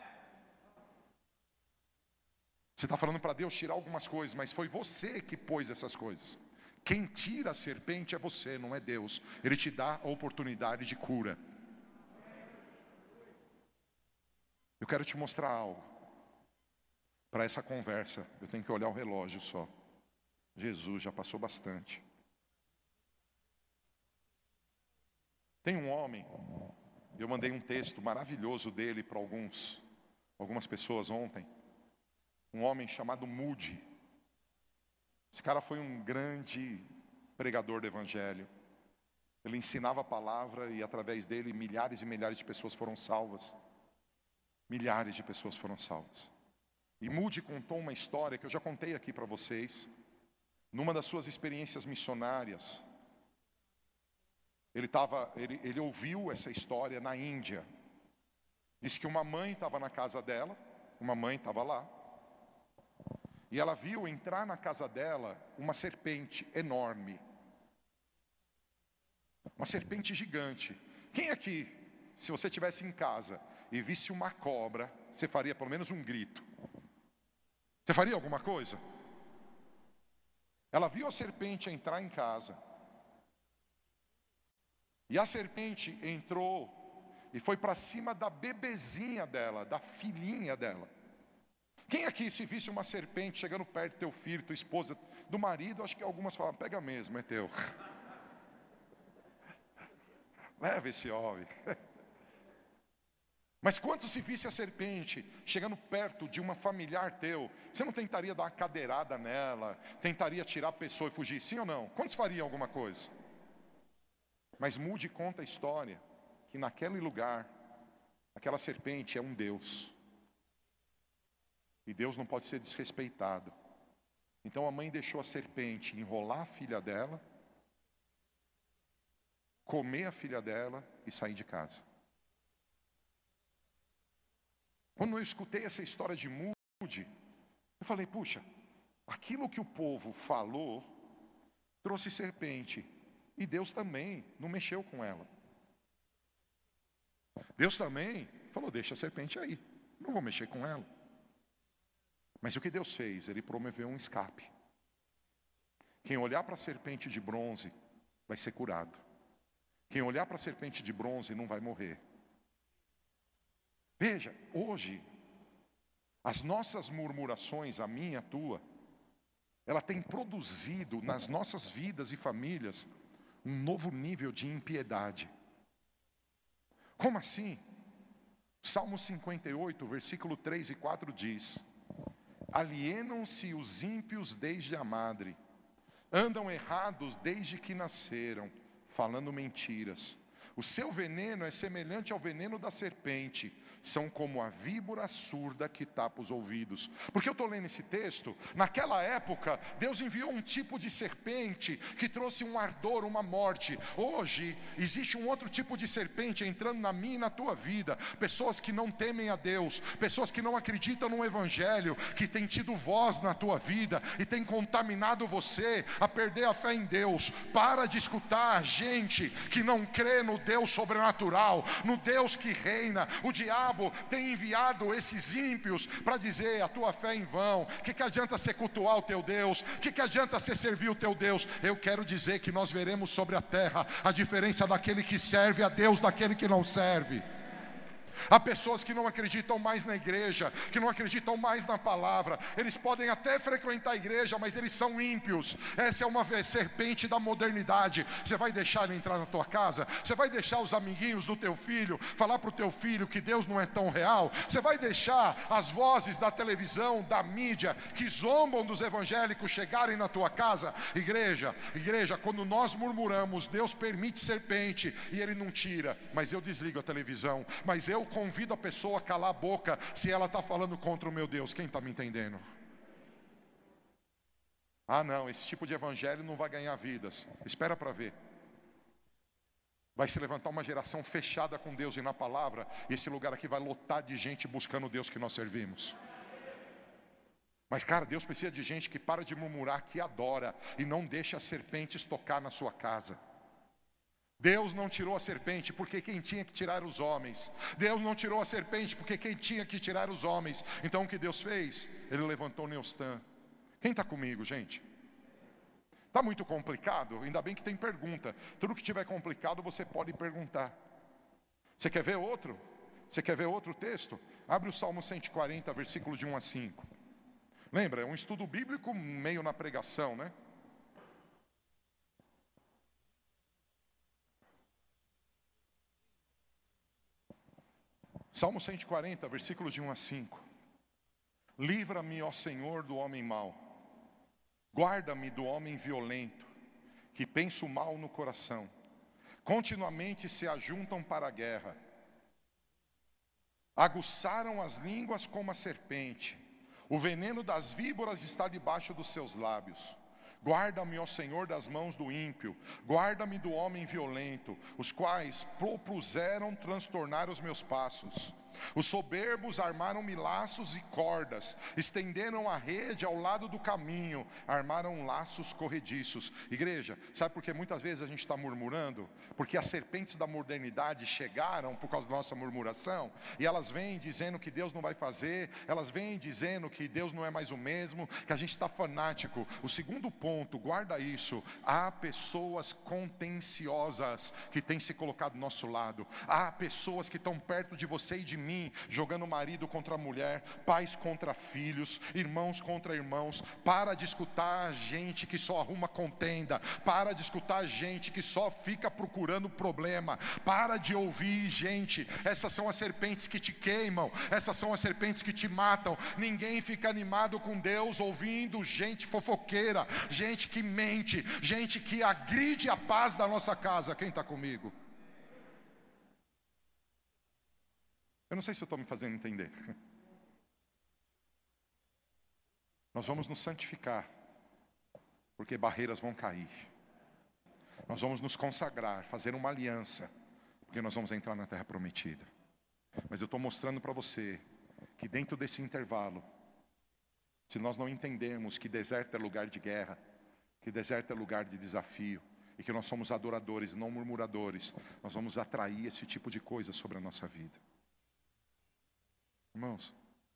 Você está falando para Deus tirar algumas coisas, mas foi você que pôs essas coisas. Quem tira a serpente é você, não é Deus. Ele te dá a oportunidade de cura. Eu quero te mostrar algo. Para essa conversa, eu tenho que olhar o relógio só. Jesus, já passou bastante. Tem um homem, eu mandei um texto maravilhoso dele para alguns, algumas pessoas ontem. Um homem chamado Moody. Esse cara foi um grande pregador do evangelho. Ele ensinava a palavra e através dele milhares e milhares de pessoas foram salvas. Milhares de pessoas foram salvas. E Moody contou uma história que eu já contei aqui para vocês. Numa das suas experiências missionárias, ele, tava, ele, ele ouviu essa história na Índia. Diz que uma mãe estava na casa dela, uma mãe estava lá, e ela viu entrar na casa dela uma serpente enorme. Uma serpente gigante. Quem aqui, se você estivesse em casa e visse uma cobra, você faria pelo menos um grito? Você faria alguma coisa? Ela viu a serpente entrar em casa. E a serpente entrou e foi para cima da bebezinha dela, da filhinha dela. Quem aqui, se visse uma serpente chegando perto do teu filho, tua esposa, do marido, acho que algumas falam, pega mesmo, é teu. Leva esse homem. Mas quando se visse a serpente chegando perto de uma familiar teu, você não tentaria dar uma cadeirada nela, tentaria tirar a pessoa e fugir, sim ou não? Quantos fariam alguma coisa? Mas Moody conta a história, que naquele lugar, aquela serpente é um Deus. E Deus não pode ser desrespeitado. Então a mãe deixou a serpente enrolar a filha dela, comer a filha dela e sair de casa. Quando eu escutei essa história de Moody, eu falei, puxa, aquilo que o povo falou trouxe serpente. E Deus também não mexeu com ela. Deus também falou, deixa a serpente aí, não vou mexer com ela. Mas o que Deus fez? Ele promoveu um escape. Quem olhar para a serpente de bronze vai ser curado. Quem olhar para a serpente de bronze não vai morrer. Veja, hoje, as nossas murmurações, a minha, a tua, ela tem produzido nas nossas vidas e famílias um novo nível de impiedade. Como assim? Salmo cinquenta e oito, versículo três e quatro diz: alienam-se os ímpios desde a madre, andam errados desde que nasceram, falando mentiras. O seu veneno é semelhante ao veneno da serpente, são como a víbora surda que tapa os ouvidos. Porque eu estou lendo esse texto, naquela época, Deus enviou um tipo de serpente que trouxe um ardor, uma morte. Hoje, existe um outro tipo de serpente entrando na minha e na tua vida. Pessoas que não temem a Deus, pessoas que não acreditam no Evangelho, que têm tido voz na tua vida e têm contaminado você a perder a fé em Deus. Para de escutar gente que não crê no Deus sobrenatural, no Deus que reina. O diabo tem enviado esses ímpios para dizer a tua fé é em vão. O que, que adianta você cultuar o teu Deus? O que, que adianta você servir o teu Deus? Eu quero dizer que nós veremos sobre a terra a diferença daquele que serve a Deus daquele que não serve. Há pessoas que não acreditam mais na igreja, que não acreditam mais na palavra. Eles podem até frequentar a igreja, mas eles são ímpios. Essa é uma serpente da modernidade. Você vai deixar ele entrar na tua casa? Você vai deixar os amiguinhos do teu filho falar para o teu filho que Deus não é tão real? Você vai deixar as vozes da televisão, da mídia, que zombam dos evangélicos chegarem na tua casa? Igreja, igreja, quando nós murmuramos, Deus permite serpente e Ele não tira. Mas eu desligo a televisão, mas eu convido a pessoa a calar a boca se ela está falando contra o meu Deus. Quem está me entendendo? Ah não, esse tipo de evangelho não vai ganhar vidas. Espera para ver. Vai se levantar uma geração fechada com Deus e na palavra, e esse lugar aqui vai lotar de gente buscando o Deus que nós servimos. Mas cara, Deus precisa de gente que para de murmurar, que adora e não deixa as serpentes tocar na sua casa. Deus não tirou a serpente porque quem tinha que tirar os homens. Deus não tirou a serpente porque quem tinha que tirar os homens. Então o que Deus fez? Ele levantou Neustã. Quem está comigo, gente? Está muito complicado? Ainda bem que tem pergunta. Tudo que tiver complicado você pode perguntar. Você quer ver outro? Você quer ver outro texto? Abre o Salmo cento e quarenta, versículos de um a cinco. Lembra, é um estudo bíblico meio na pregação, né? Salmo cento e quarenta, versículos de um a cinco. Livra-me, ó Senhor, do homem mau. Guarda-me do homem violento, que pensa o mal no coração. Continuamente se ajuntam para a guerra. Aguçaram as línguas como a serpente. O veneno das víboras está debaixo dos seus lábios. Guarda-me, ó Senhor, das mãos do ímpio. Guarda-me do homem violento, os quais propuseram transtornar os meus passos. Os soberbos armaram-me laços e cordas, estenderam a rede ao lado do caminho, armaram laços corrediços. Igreja, sabe por que muitas vezes a gente está murmurando? Porque as serpentes da modernidade chegaram por causa da nossa murmuração, e elas vêm dizendo que Deus não vai fazer, elas vêm dizendo que Deus não é mais o mesmo, que a gente está fanático. O segundo ponto, guarda isso: há pessoas contenciosas que têm se colocado do nosso lado, há pessoas que estão perto de você e de mim, jogando marido contra mulher, pais contra filhos, irmãos contra irmãos. Para de escutar gente que só arruma contenda, para de escutar gente que só fica procurando problema, para de ouvir gente. Essas são as serpentes que te queimam, essas são as serpentes que te matam. Ninguém fica animado com Deus ouvindo gente fofoqueira, gente que mente, gente que agride a paz da nossa casa. Quem está comigo? Eu não sei se eu estou me fazendo entender. Nós vamos nos santificar, porque barreiras vão cair. Nós vamos nos consagrar, fazer uma aliança, porque nós vamos entrar na terra prometida. Mas eu estou mostrando para você que dentro desse intervalo, se nós não entendermos que deserto é lugar de guerra, que deserto é lugar de desafio, e que nós somos adoradores, não murmuradores, nós vamos atrair esse tipo de coisa sobre a nossa vida. Irmãos,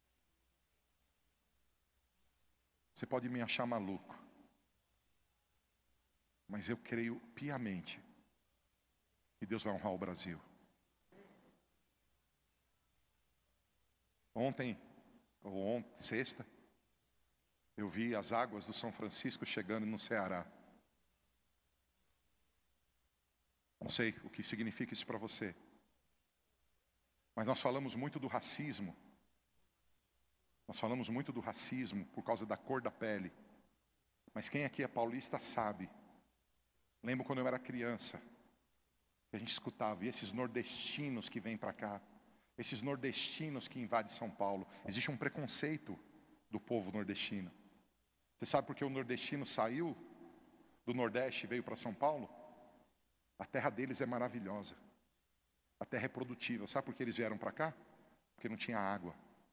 você pode me achar maluco, mas eu creio piamente que Deus vai honrar o Brasil. Ontem, ou ontem, sexta, eu vi as águas do São Francisco chegando no Ceará. Não sei o que significa isso para você, mas nós falamos muito do racismo. Nós falamos muito do racismo por causa da cor da pele. Mas quem aqui é paulista sabe. Lembro quando eu era criança, que a gente escutava, e esses nordestinos que vêm para cá, esses nordestinos que invadem São Paulo. Existe um preconceito do povo nordestino. Você sabe por que o nordestino saiu do Nordeste e veio para São Paulo? A terra deles é maravilhosa. A terra é produtiva. Sabe por que eles vieram para cá? Porque não tinha água.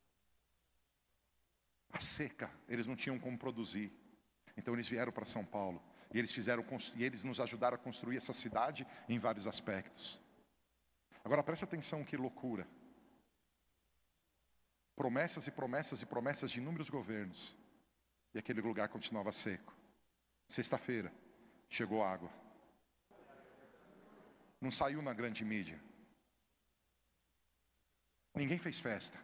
A seca, eles não tinham como produzir. Então eles vieram para São Paulo. E eles, fizeram, e eles nos ajudaram a construir essa cidade em vários aspectos. Agora presta atenção, que loucura. Promessas e promessas e promessas de inúmeros governos. E aquele lugar continuava seco. Sexta-feira, chegou água. Não saiu na grande mídia. Ninguém fez festa.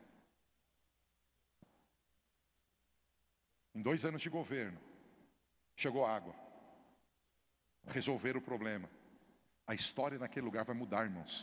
Em dois anos de governo, chegou água. Resolveram o problema. A história naquele lugar vai mudar, irmãos.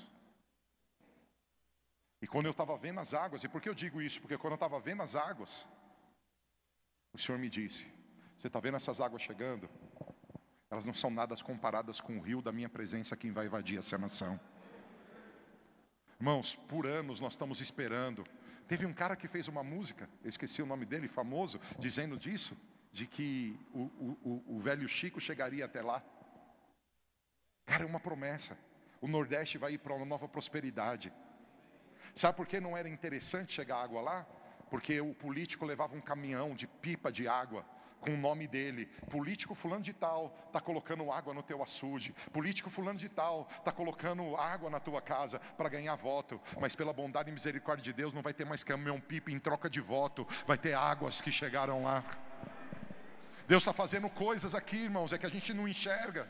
E quando eu estava vendo as águas, e por que eu digo isso? Porque quando eu estava vendo as águas, o Senhor me disse: você está vendo essas águas chegando? Elas não são nada comparadas com o rio da minha presença que vai invadir essa nação. Irmãos, por anos nós estamos esperando. Teve um cara que fez uma música, eu esqueci o nome dele, famoso, dizendo disso, de que o, o, o velho Chico chegaria até lá. Cara, é uma promessa. O Nordeste vai ir para uma nova prosperidade. Sabe por que não era interessante chegar água lá? Porque o político levava um caminhão de pipa de água com o nome dele. Político fulano de tal está colocando água no teu açude. Político fulano de tal está colocando água na tua casa para ganhar voto. Mas pela bondade e misericórdia de Deus não vai ter mais caminhão pipa em troca de voto. Vai ter águas que chegaram lá. Deus está fazendo coisas aqui, irmãos, é que a gente não enxerga.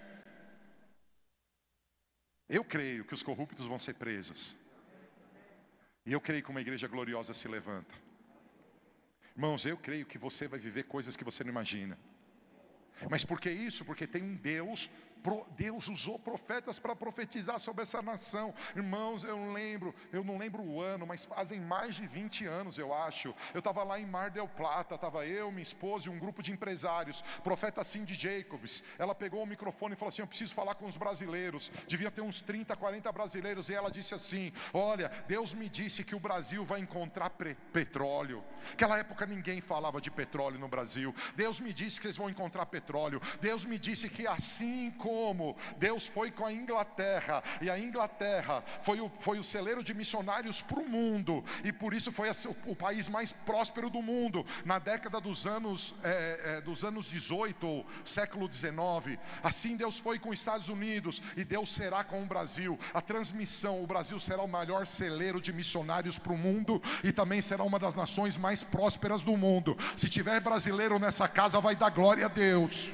Eu creio que os corruptos vão ser presos. E eu creio que uma igreja gloriosa se levanta. Irmãos, eu creio que você vai viver coisas que você não imagina. Mas por que isso? Porque tem um Deus Deus usou profetas para profetizar sobre essa nação. Irmãos, eu lembro, eu não lembro o ano, mas fazem mais de vinte anos, eu acho. Eu estava lá em Mar del Plata, estava eu, minha esposa e um grupo de empresários. Profeta Cindy Jacobs, ela pegou o microfone e falou assim: eu preciso falar com os brasileiros. Devia ter uns trinta, quarenta brasileiros. E ela disse assim: olha, Deus me disse que o Brasil vai encontrar petróleo. Naquela época ninguém falava de petróleo no Brasil. Deus me disse que eles vão encontrar petróleo. Deus me disse que assim como Como Deus foi com a Inglaterra, e a Inglaterra foi o, foi o celeiro de missionários para o mundo, e por isso foi o, o país mais próspero do mundo, na década dos anos, é, é, dos anos dezoito, século dezenove, assim Deus foi com os Estados Unidos, e Deus será com o Brasil. A transmissão, o Brasil será o maior celeiro de missionários para o mundo, e também será uma das nações mais prósperas do mundo. Se tiver brasileiro nessa casa, vai dar glória a Deus.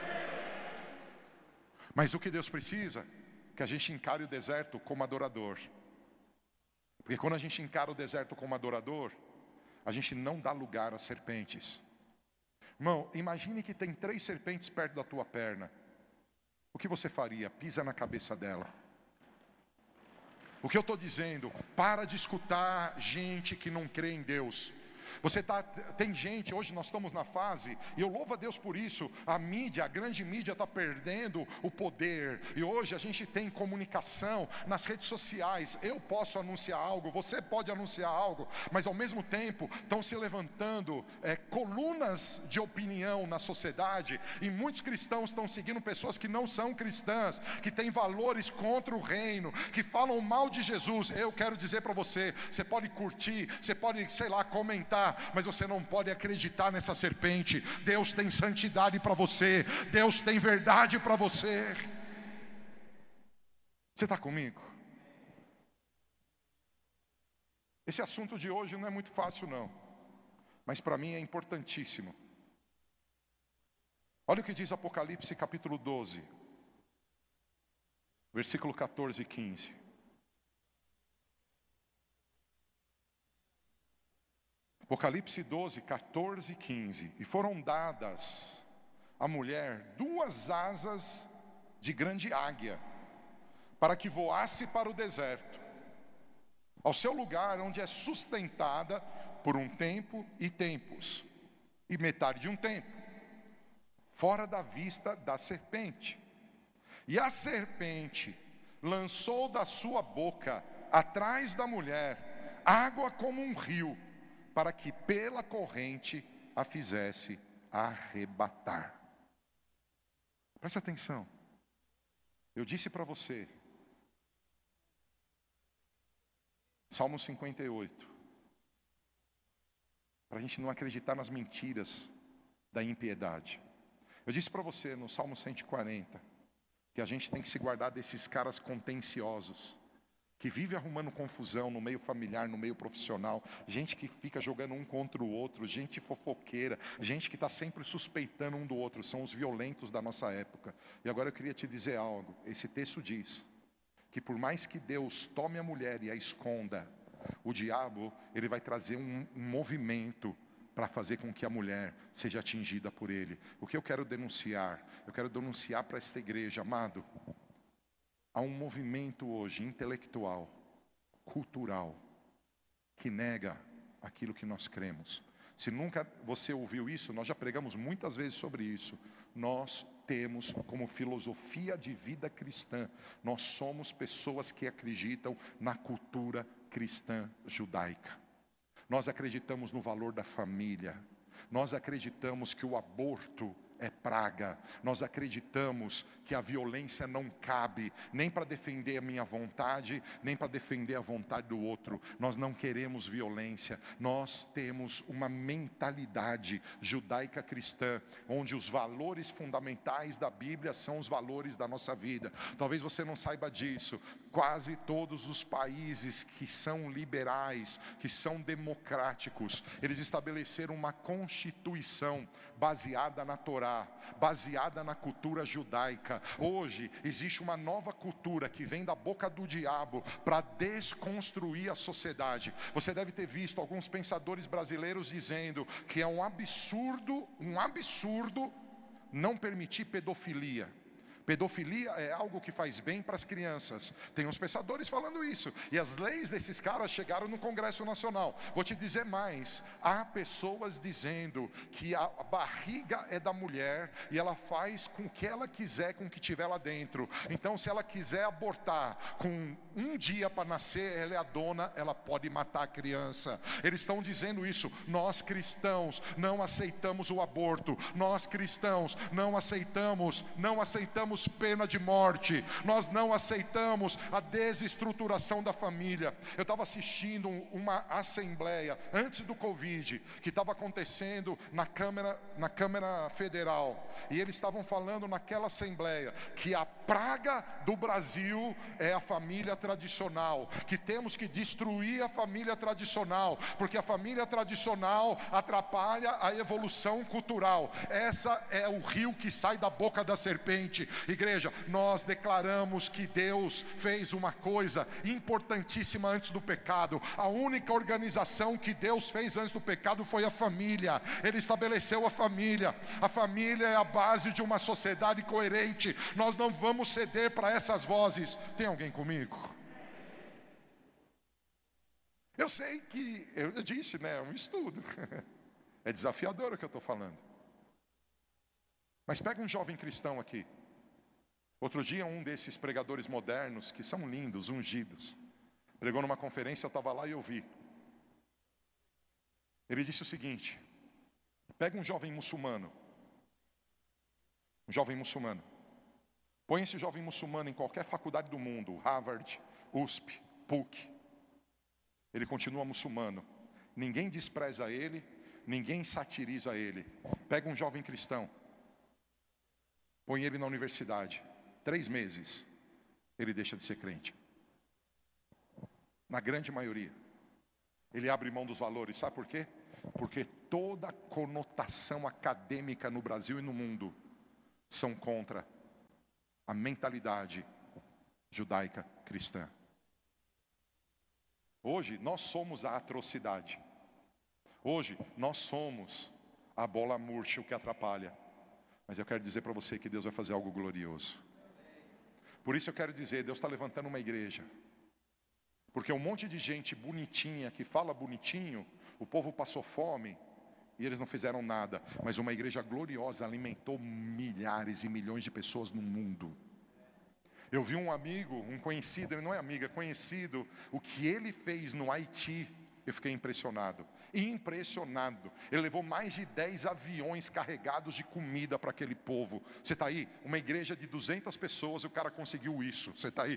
Mas o que Deus precisa é que a gente encare o deserto como adorador. Porque quando a gente encara o deserto como adorador, a gente não dá lugar às serpentes. Irmão, imagine que tem três serpentes perto da tua perna. O que você faria? Pisa na cabeça dela. O que eu estou dizendo? Para de escutar gente que não crê em Deus. Você tá, tem gente, hoje nós estamos na fase, e eu louvo a Deus por isso, a mídia, a grande mídia está perdendo o poder, e hoje a gente tem comunicação nas redes sociais. Eu posso anunciar algo, você pode anunciar algo, mas ao mesmo tempo estão se levantando é, colunas de opinião na sociedade, e muitos cristãos estão seguindo pessoas que não são cristãs, que têm valores contra o reino, que falam mal de Jesus. Eu quero dizer para você, você pode curtir, você pode, sei lá, comentar, mas você não pode acreditar nessa serpente. Deus tem santidade para você, Deus tem verdade para você. Você está comigo? Esse assunto de hoje não é muito fácil não, mas para mim é importantíssimo. Olha o que diz Apocalipse capítulo doze, versículo quatorze e quinze. Apocalipse doze, quatorze e quinze. E foram dadas à mulher duas asas de grande águia, para que voasse para o deserto, ao seu lugar onde é sustentada por um tempo e tempos, e metade de um tempo, fora da vista da serpente. E a serpente lançou da sua boca, atrás da mulher, água como um rio, para que pela corrente a fizesse arrebatar. Preste atenção. Eu disse para você, Salmo cinquenta e oito, para a gente não acreditar nas mentiras da impiedade. Eu disse para você no Salmo cento e quarenta, que a gente tem que se guardar desses caras contenciosos, que vive arrumando confusão no meio familiar, no meio profissional, gente que fica jogando um contra o outro, gente fofoqueira, gente que está sempre suspeitando um do outro, são os violentos da nossa época. E agora eu queria te dizer algo, esse texto diz, que por mais que Deus tome a mulher e a esconda, o diabo, ele vai trazer um, um movimento para fazer com que a mulher seja atingida por ele. O que eu quero denunciar? Eu quero denunciar para esta igreja, amado, há um movimento hoje intelectual, cultural, que nega aquilo que nós cremos. Se nunca você ouviu isso, nós já pregamos muitas vezes sobre isso. Nós temos como filosofia de vida cristã, nós somos pessoas que acreditam na cultura cristã judaica. Nós acreditamos no valor da família. Nós acreditamos que o aborto é praga. Nós acreditamos que a violência não cabe nem para defender a minha vontade, nem para defender a vontade do outro. Nós não queremos violência. Nós temos uma mentalidade judaica cristã, onde os valores fundamentais da Bíblia são os valores da nossa vida. Talvez você não saiba disso. Quase todos os países que são liberais, que são democráticos, eles estabeleceram uma constituição baseada na Torá, baseada na cultura judaica. Hoje existe uma nova cultura que vem da boca do diabo para desconstruir a sociedade. Você deve ter visto alguns pensadores brasileiros dizendo que é um absurdo, um absurdo não permitir pedofilia. Pedofilia é algo que faz bem para as crianças. Tem uns pensadores falando isso. E as leis desses caras chegaram no Congresso Nacional. Vou te dizer mais. Há pessoas dizendo que a barriga é da mulher e ela faz com o que ela quiser com o que tiver lá dentro. Então, se ela quiser abortar com um dia para nascer, ela é a dona, ela pode matar a criança. Eles estão dizendo isso. Nós cristãos não aceitamos o aborto. Nós cristãos não aceitamos, não aceitamos pena de morte, nós não aceitamos a desestruturação da família. Eu estava assistindo uma assembleia antes do Covid, que estava acontecendo na Câmara, na Câmara Federal, e eles estavam falando naquela assembleia que a praga do Brasil é a família tradicional, que temos que destruir a família tradicional, porque a família tradicional atrapalha a evolução cultural. Essa é o rio que sai da boca da serpente. Igreja, nós declaramos que Deus fez uma coisa importantíssima antes do pecado. A única organização que Deus fez antes do pecado foi a família. Ele estabeleceu a família. A família é a base de uma sociedade coerente. Nós não vamos ceder para essas vozes. Tem alguém comigo? Eu sei que, eu disse, né, é um estudo. É desafiador o que eu estou falando. Mas pega um jovem cristão aqui. Outro dia um desses pregadores modernos, que são lindos, ungidos, pregou numa conferência, eu estava lá e eu vi. Ele disse o seguinte: pega um jovem muçulmano, um jovem muçulmano, põe esse jovem muçulmano em qualquer faculdade do mundo, Harvard, U S P, P U C, ele continua muçulmano, ninguém despreza ele, ninguém satiriza ele. Pega um jovem cristão, põe ele na universidade, três meses, ele deixa de ser crente. Na grande maioria. Ele abre mão dos valores, sabe por quê? Porque toda a conotação acadêmica no Brasil e no mundo são contra a mentalidade judaica cristã. Hoje nós somos a atrocidade. Hoje nós somos a bola murcha, o que atrapalha. Mas eu quero dizer para você que Deus vai fazer algo glorioso. Por isso eu quero dizer, Deus está levantando uma igreja. Porque um monte de gente bonitinha, que fala bonitinho, o povo passou fome e eles não fizeram nada. Mas uma igreja gloriosa alimentou milhares e milhões de pessoas no mundo. Eu vi um amigo, um conhecido, ele não é amigo, é conhecido, o que ele fez no Haiti, eu fiquei impressionado. Impressionado. Ele levou mais de dez aviões carregados de comida para aquele povo. Você está aí? Uma igreja de duzentas pessoas, o cara conseguiu isso. Você está aí?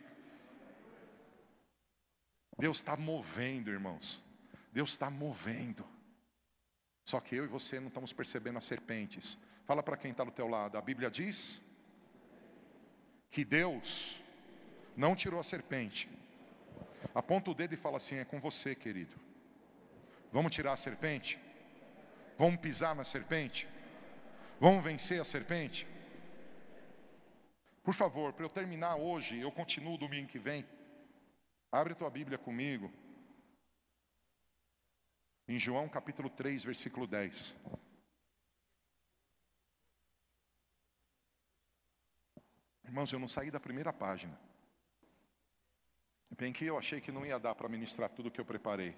Deus está movendo, irmãos. Deus está movendo. Só que eu e você não estamos percebendo as serpentes. Fala para quem está do teu lado. A Bíblia diz que Deus não tirou a serpente. Aponta o dedo e fala assim: é com você, querido. Vamos tirar a serpente? Vamos pisar na serpente? Vamos vencer a serpente? Por favor, para eu terminar hoje, eu continuo domingo que vem. Abre tua Bíblia comigo. Em João capítulo três, versículo dez. Irmãos, eu não saí da primeira página. Bem que eu achei que não ia dar para ministrar tudo o que eu preparei.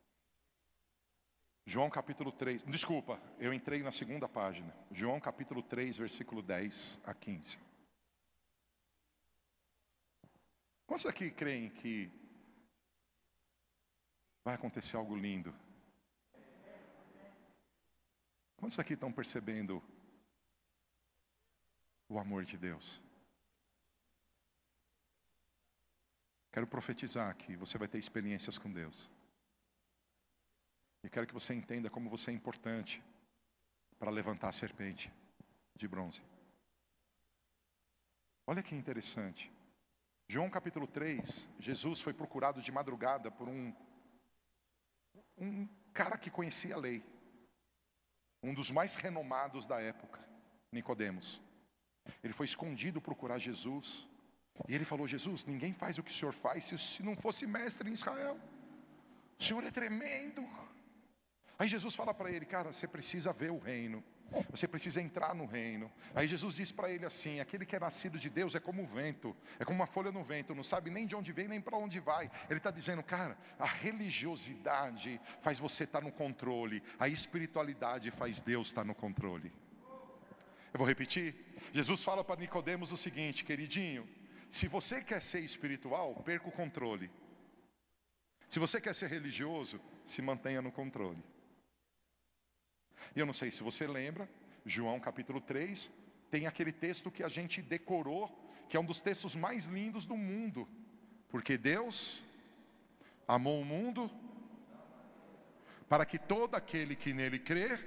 João capítulo três, desculpa, eu entrei na segunda página. João capítulo três, versículo dez a quinze. Quantos aqui creem que vai acontecer algo lindo? Quantos aqui estão percebendo o amor de Deus? Quero profetizar aqui, você vai ter experiências com Deus. E quero que você entenda como você é importante para levantar a serpente de bronze. Olha que interessante. João capítulo três, Jesus foi procurado de madrugada por um, um cara que conhecia a lei. Um dos mais renomados da época, Nicodemos. Ele foi escondido procurar Jesus. E ele falou: Jesus, ninguém faz o que o Senhor faz se, se não fosse mestre em Israel. O Senhor é tremendo. Aí Jesus fala para ele: cara, você precisa ver o reino. Você precisa entrar no reino. Aí Jesus diz para ele assim: aquele que é nascido de Deus é como o vento, é como uma folha no vento, não sabe nem de onde vem nem para onde vai. Ele está dizendo, cara, a religiosidade faz você estar no controle, a espiritualidade faz Deus estar no controle. Eu vou repetir. Jesus fala para Nicodemos o seguinte: queridinho, se você quer ser espiritual, perca o controle. Se você quer ser religioso, se mantenha no controle. E eu não sei se você lembra, João capítulo três, tem aquele texto que a gente decorou, que é um dos textos mais lindos do mundo. Porque Deus amou o mundo, para que todo aquele que nele crer,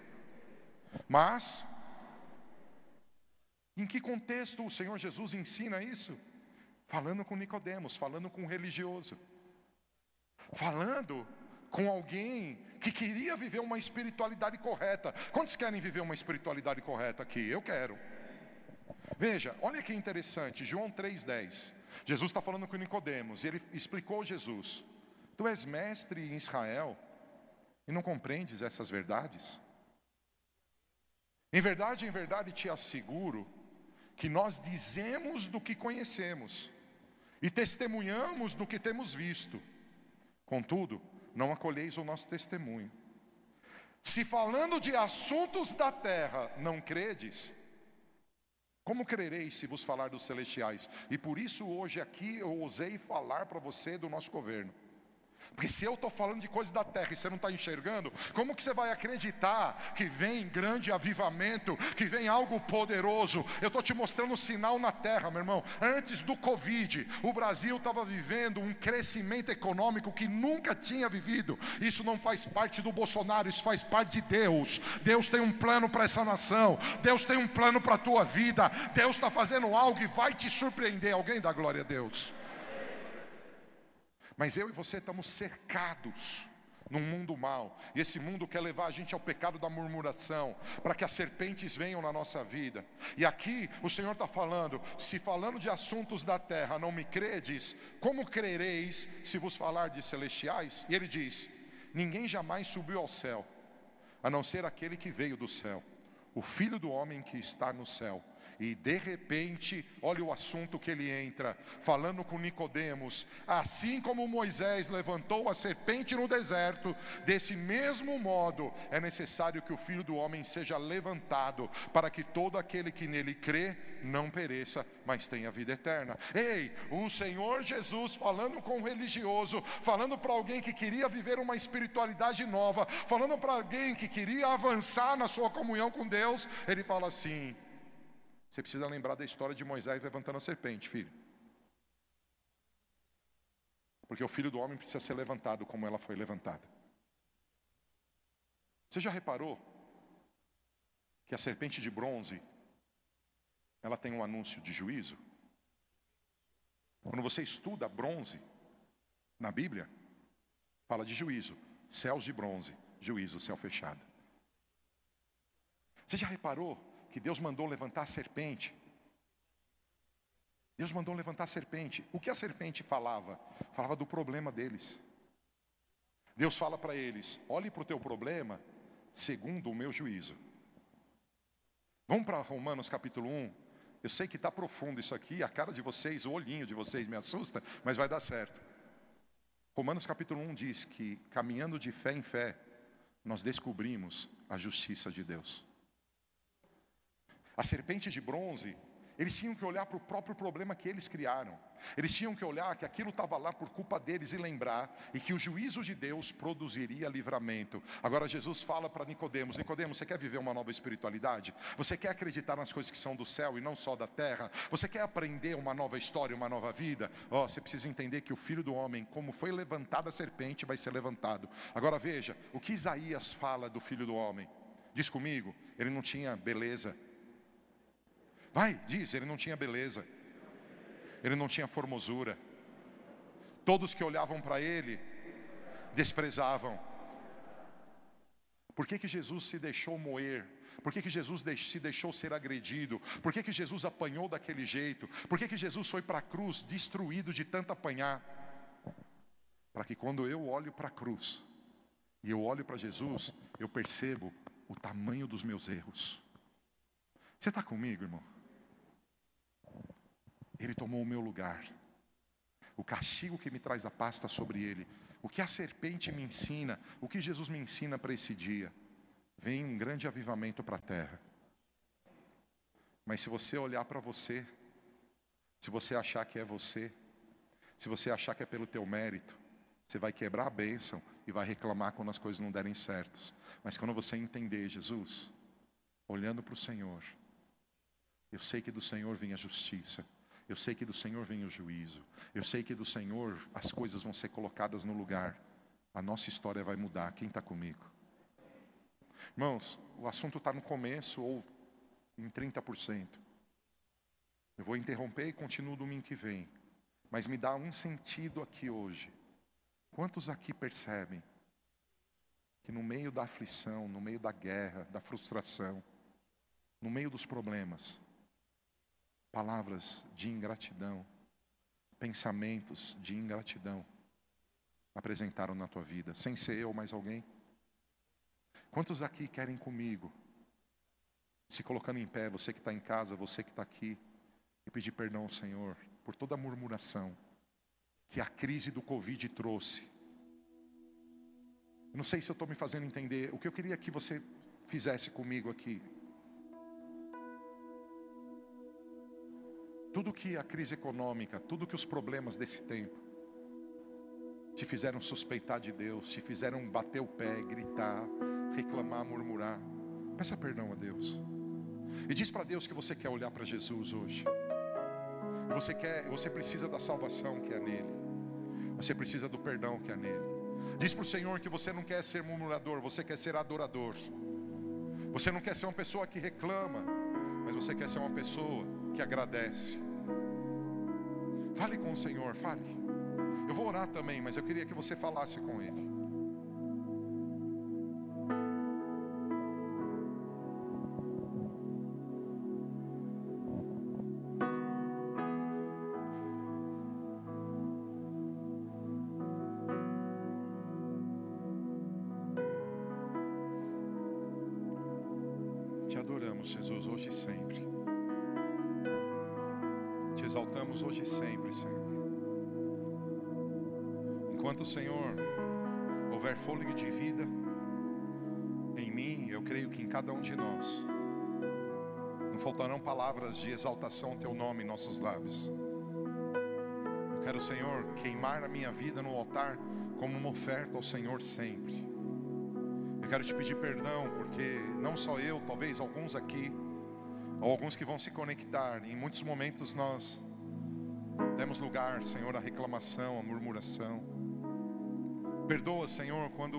mas, em que contexto o Senhor Jesus ensina isso? Falando com Nicodemos, falando com um religioso. Falando com alguém que queria viver uma espiritualidade correta. Quantos querem viver uma espiritualidade correta aqui? Eu quero. Veja, olha que interessante, João três, dez. Jesus está falando com Nicodemos, e ele explicou Jesus: tu és mestre em Israel, e não compreendes essas verdades? Em verdade, em verdade te asseguro, que nós dizemos do que conhecemos, e testemunhamos do que temos visto. Contudo, não acolheis o nosso testemunho. Se falando de assuntos da terra não credes, como crereis se vos falar dos celestiais? E por isso hoje aqui eu ousei falar para você do nosso governo. Porque se eu estou falando de coisas da terra e você não está enxergando, como que você vai acreditar que vem grande avivamento, que vem algo poderoso? Eu estou te mostrando um sinal na terra, meu irmão. Antes do Covid, o Brasil estava vivendo um crescimento econômico que nunca tinha vivido. Isso não faz parte do Bolsonaro, isso faz parte de Deus. Deus tem um plano para essa nação, Deus tem um plano para a tua vida, Deus está fazendo algo e vai te surpreender. Alguém dá glória a Deus? Mas eu e você estamos cercados num mundo mau, e esse mundo quer levar a gente ao pecado da murmuração, para que as serpentes venham na nossa vida. E aqui o Senhor está falando: se falando de assuntos da terra não me credes, como crereis se vos falar de celestiais? E ele diz: ninguém jamais subiu ao céu, a não ser aquele que veio do céu, o Filho do homem que está no céu. E de repente, olha o assunto que ele entra, falando com Nicodemos: assim como Moisés levantou a serpente no deserto, desse mesmo modo é necessário que o Filho do homem seja levantado, para que todo aquele que nele crê não pereça, mas tenha vida eterna. Ei, o Senhor Jesus falando com um religioso, falando para alguém que queria viver uma espiritualidade nova, falando para alguém que queria avançar na sua comunhão com Deus, ele fala assim: você precisa lembrar da história de Moisés levantando a serpente, filho. Porque o Filho do homem precisa ser levantado como ela foi levantada. Você já reparou que a serpente de bronze, ela tem um anúncio de juízo? Quando você estuda bronze na Bíblia, fala de juízo. Céus de bronze, juízo, céu fechado. Você já reparou que Deus mandou levantar a serpente? Deus mandou levantar a serpente. O que a serpente falava? Falava do problema deles. Deus fala para eles: olhe para o teu problema segundo o meu juízo. Vamos para Romanos capítulo um. Eu sei que está profundo isso aqui, a cara de vocês, o olhinho de vocês me assusta, mas vai dar certo. Romanos capítulo um diz que, caminhando de fé em fé, nós descobrimos a justiça de Deus. A serpente de bronze, eles tinham que olhar para o próprio problema que eles criaram. Eles tinham que olhar que aquilo estava lá por culpa deles e lembrar, e que o juízo de Deus produziria livramento. Agora Jesus fala para Nicodemos: Nicodemos, você quer viver uma nova espiritualidade? Você quer acreditar nas coisas que são do céu e não só da terra? Você quer aprender uma nova história, uma nova vida? Ó, oh, você precisa entender que o Filho do homem, como foi levantada a serpente, vai ser levantado. Agora veja, o que Isaías fala do Filho do homem? Diz comigo: ele não tinha beleza. Vai, diz, ele não tinha beleza, ele não tinha formosura. Todos que olhavam para ele desprezavam. Por que que Jesus se deixou moer? Por que que Jesus se deixou ser agredido? Por que que Jesus apanhou daquele jeito? Por que que Jesus foi para a cruz destruído de tanto apanhar? Para que quando eu olho para a cruz e eu olho para Jesus, eu percebo o tamanho dos meus erros. Você está comigo, irmão? Ele tomou o meu lugar. O castigo que me traz a paz está sobre ele. O que a serpente me ensina, o que Jesus me ensina para esse dia, vem um grande avivamento para a terra. Mas se você olhar para você, se você achar que é você, se você achar que é pelo teu mérito, você vai quebrar a bênção e vai reclamar quando as coisas não derem certas. Mas quando você entender, Jesus, olhando para o Senhor, eu sei que do Senhor vem a justiça, eu sei que do Senhor vem o juízo, eu sei que do Senhor as coisas vão ser colocadas no lugar, a nossa história vai mudar. Quem está comigo? Irmãos, o assunto está no começo ou em trinta por cento. Eu vou interromper e continuo domingo que vem. Mas me dá um sentido aqui hoje. Quantos aqui percebem que no meio da aflição, no meio da guerra, da frustração, no meio dos problemas, palavras de ingratidão, pensamentos de ingratidão apresentaram na tua vida, sem ser eu, mais alguém? Quantos aqui querem comigo, se colocando em pé, você que está em casa, você que está aqui, e pedir perdão ao Senhor por toda a murmuração que a crise do Covid trouxe? Eu não sei se eu estou me fazendo entender. O que eu queria que você fizesse comigo aqui, tudo que a crise econômica, tudo que os problemas desse tempo te fizeram suspeitar de Deus, te fizeram bater o pé, gritar, reclamar, murmurar, peça perdão a Deus. E diz para Deus que você quer olhar para Jesus hoje. Você quer, você precisa da salvação que é nele. Você precisa do perdão que é nele. Diz para o Senhor que você não quer ser murmurador, você quer ser adorador. Você não quer ser uma pessoa que reclama, mas você quer ser uma pessoa que agradece. Fale com o Senhor, fale. Eu vou orar também, mas eu queria que você falasse com Ele. Te adoramos, Jesus, hoje e sempre. Te exaltamos hoje e sempre, Senhor. Enquanto, Senhor, houver fôlego de vida em mim, eu creio que em cada um de nós não faltarão palavras de exaltação ao Teu nome em nossos lábios. Eu quero, Senhor, queimar a minha vida no altar como uma oferta ao Senhor sempre. Eu quero te pedir perdão, porque não só eu, talvez alguns aqui, ou alguns que vão se conectar, em muitos momentos nós demos lugar, Senhor, à reclamação, à murmuração. Perdoa, Senhor, quando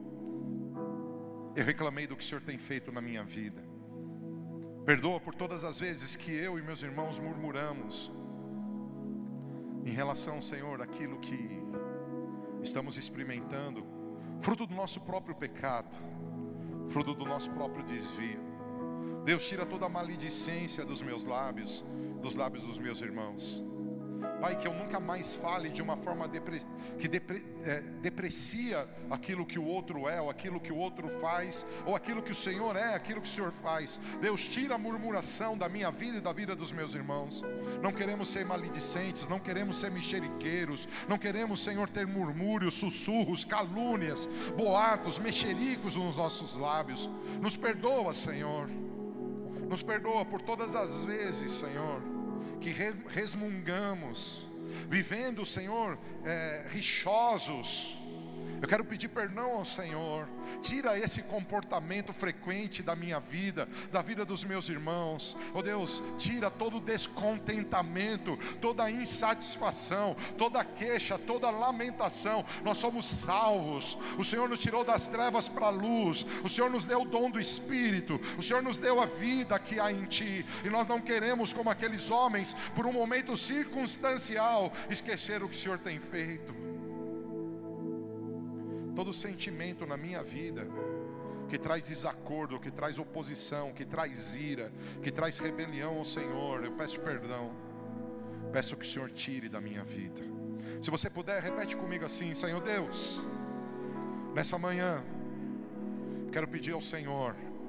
eu reclamei do que o Senhor tem feito na minha vida. Perdoa por todas as vezes que eu e meus irmãos murmuramos em relação, Senhor, àquilo que estamos experimentando, fruto do nosso próprio pecado, fruto do nosso próprio desvio. Deus, tira toda a maledicência dos meus lábios, dos lábios dos meus irmãos. Pai, que eu nunca mais fale de uma forma depre... que depre... é, deprecia aquilo que o outro é, ou aquilo que o outro faz, ou aquilo que o Senhor é, aquilo que o Senhor faz. Deus, tira a murmuração da minha vida e da vida dos meus irmãos. Não queremos ser maledicentes, não queremos ser mexeriqueiros, não queremos, Senhor, ter murmúrios, sussurros, calúnias, boatos, mexericos nos nossos lábios. Nos perdoa, Senhor. Nos perdoa por todas as vezes, Senhor, que resmungamos, vivendo, Senhor, é, rixosos. Eu quero pedir perdão ao Senhor. Tira esse comportamento frequente da minha vida, da vida dos meus irmãos. Oh Deus, tira todo o descontentamento, toda a insatisfação, toda a queixa, toda a lamentação. Nós somos salvos. O Senhor nos tirou das trevas para a luz. O Senhor nos deu o dom do Espírito. O Senhor nos deu a vida que há em Ti. E nós não queremos, como aqueles homens, por um momento circunstancial, esquecer o que o Senhor tem feito. Todo sentimento na minha vida que traz desacordo, que traz oposição, que traz ira, que traz rebelião ao Senhor, eu peço perdão. Peço que o Senhor tire da minha vida. Se você puder, repete comigo assim: Senhor Deus, nessa manhã quero pedir ao Senhor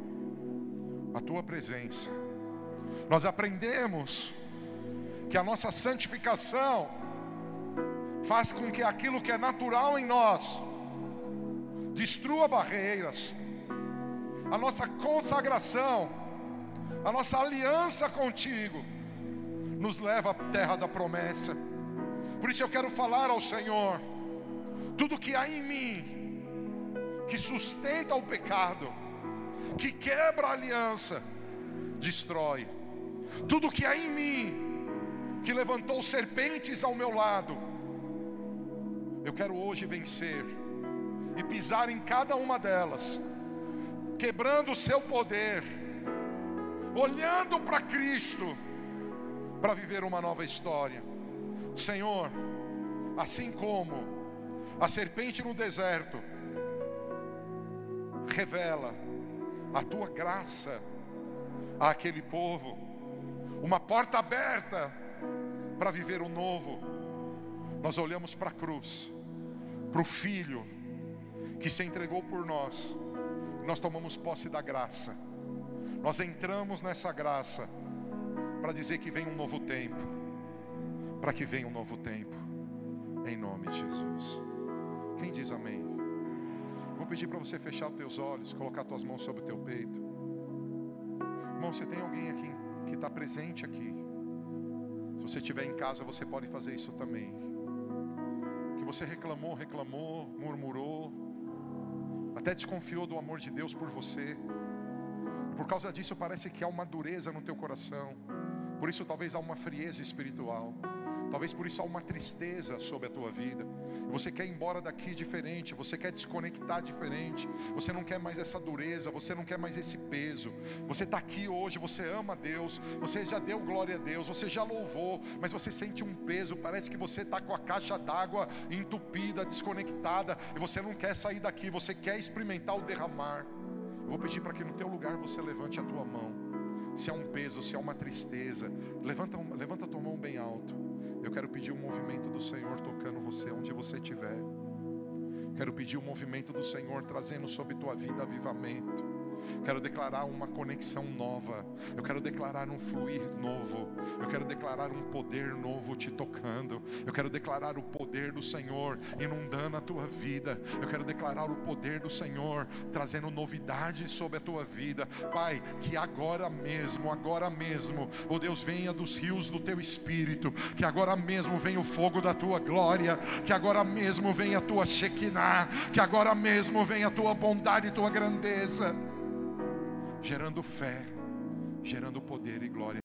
a tua presença. Nós aprendemos que a nossa santificação faz com que aquilo que é natural em nós destrua barreiras. A nossa consagração, a nossa aliança contigo nos leva à terra da promessa. Por isso eu quero falar ao Senhor: tudo que há em mim que sustenta o pecado, que quebra a aliança, destrói. Tudo que há em mim que levantou serpentes ao meu lado, eu quero hoje vencer e pisar em cada uma delas, quebrando o seu poder, olhando para Cristo, para viver uma nova história. Senhor, assim como a serpente no deserto revela a tua graça àquele povo, uma porta aberta para viver o novo, nós olhamos para a cruz, para o Filho que se entregou por nós. Nós tomamos posse da graça, nós entramos nessa graça para dizer que vem um novo tempo, para que venha um novo tempo, em nome de Jesus. Quem diz amém? Vou pedir para você fechar os teus olhos, colocar as tuas mãos sobre o teu peito. Irmão, você tem alguém aqui que está presente aqui? Se você estiver em casa, você pode fazer isso também. Que você reclamou, reclamou, murmurou, até desconfiou do amor de Deus por você. Por causa disso parece que há uma dureza no teu coração. Por isso talvez há uma frieza espiritual. Talvez por isso há uma tristeza sobre a tua vida. Você quer ir embora daqui diferente, você quer desconectar diferente, você não quer mais essa dureza, você não quer mais esse peso. Você está aqui hoje, você ama Deus, você já deu glória a Deus, você já louvou, mas você sente um peso, parece que você está com a caixa d'água entupida, desconectada, e você não quer sair daqui, você quer experimentar o derramar. Eu vou pedir para que no teu lugar você levante a tua mão. Se há um peso, se há uma tristeza, levanta, levanta a tua mão bem alto. Eu quero pedir um movimento do Senhor tocando você onde você estiver. Quero pedir um movimento do Senhor trazendo sobre tua vida avivamento. Quero declarar uma conexão nova. Eu quero declarar um fluir novo. Eu quero declarar um poder novo te tocando. Eu quero declarar o poder do Senhor inundando a tua vida. Eu quero declarar o poder do Senhor trazendo novidades sobre a tua vida. Pai, que agora mesmo, agora mesmo, oh Deus, venha dos rios do teu Espírito. Que agora mesmo venha o fogo da tua glória. Que agora mesmo venha a tua Shekinah. Que agora mesmo venha a tua bondade e tua grandeza, gerando fé, gerando poder e glória.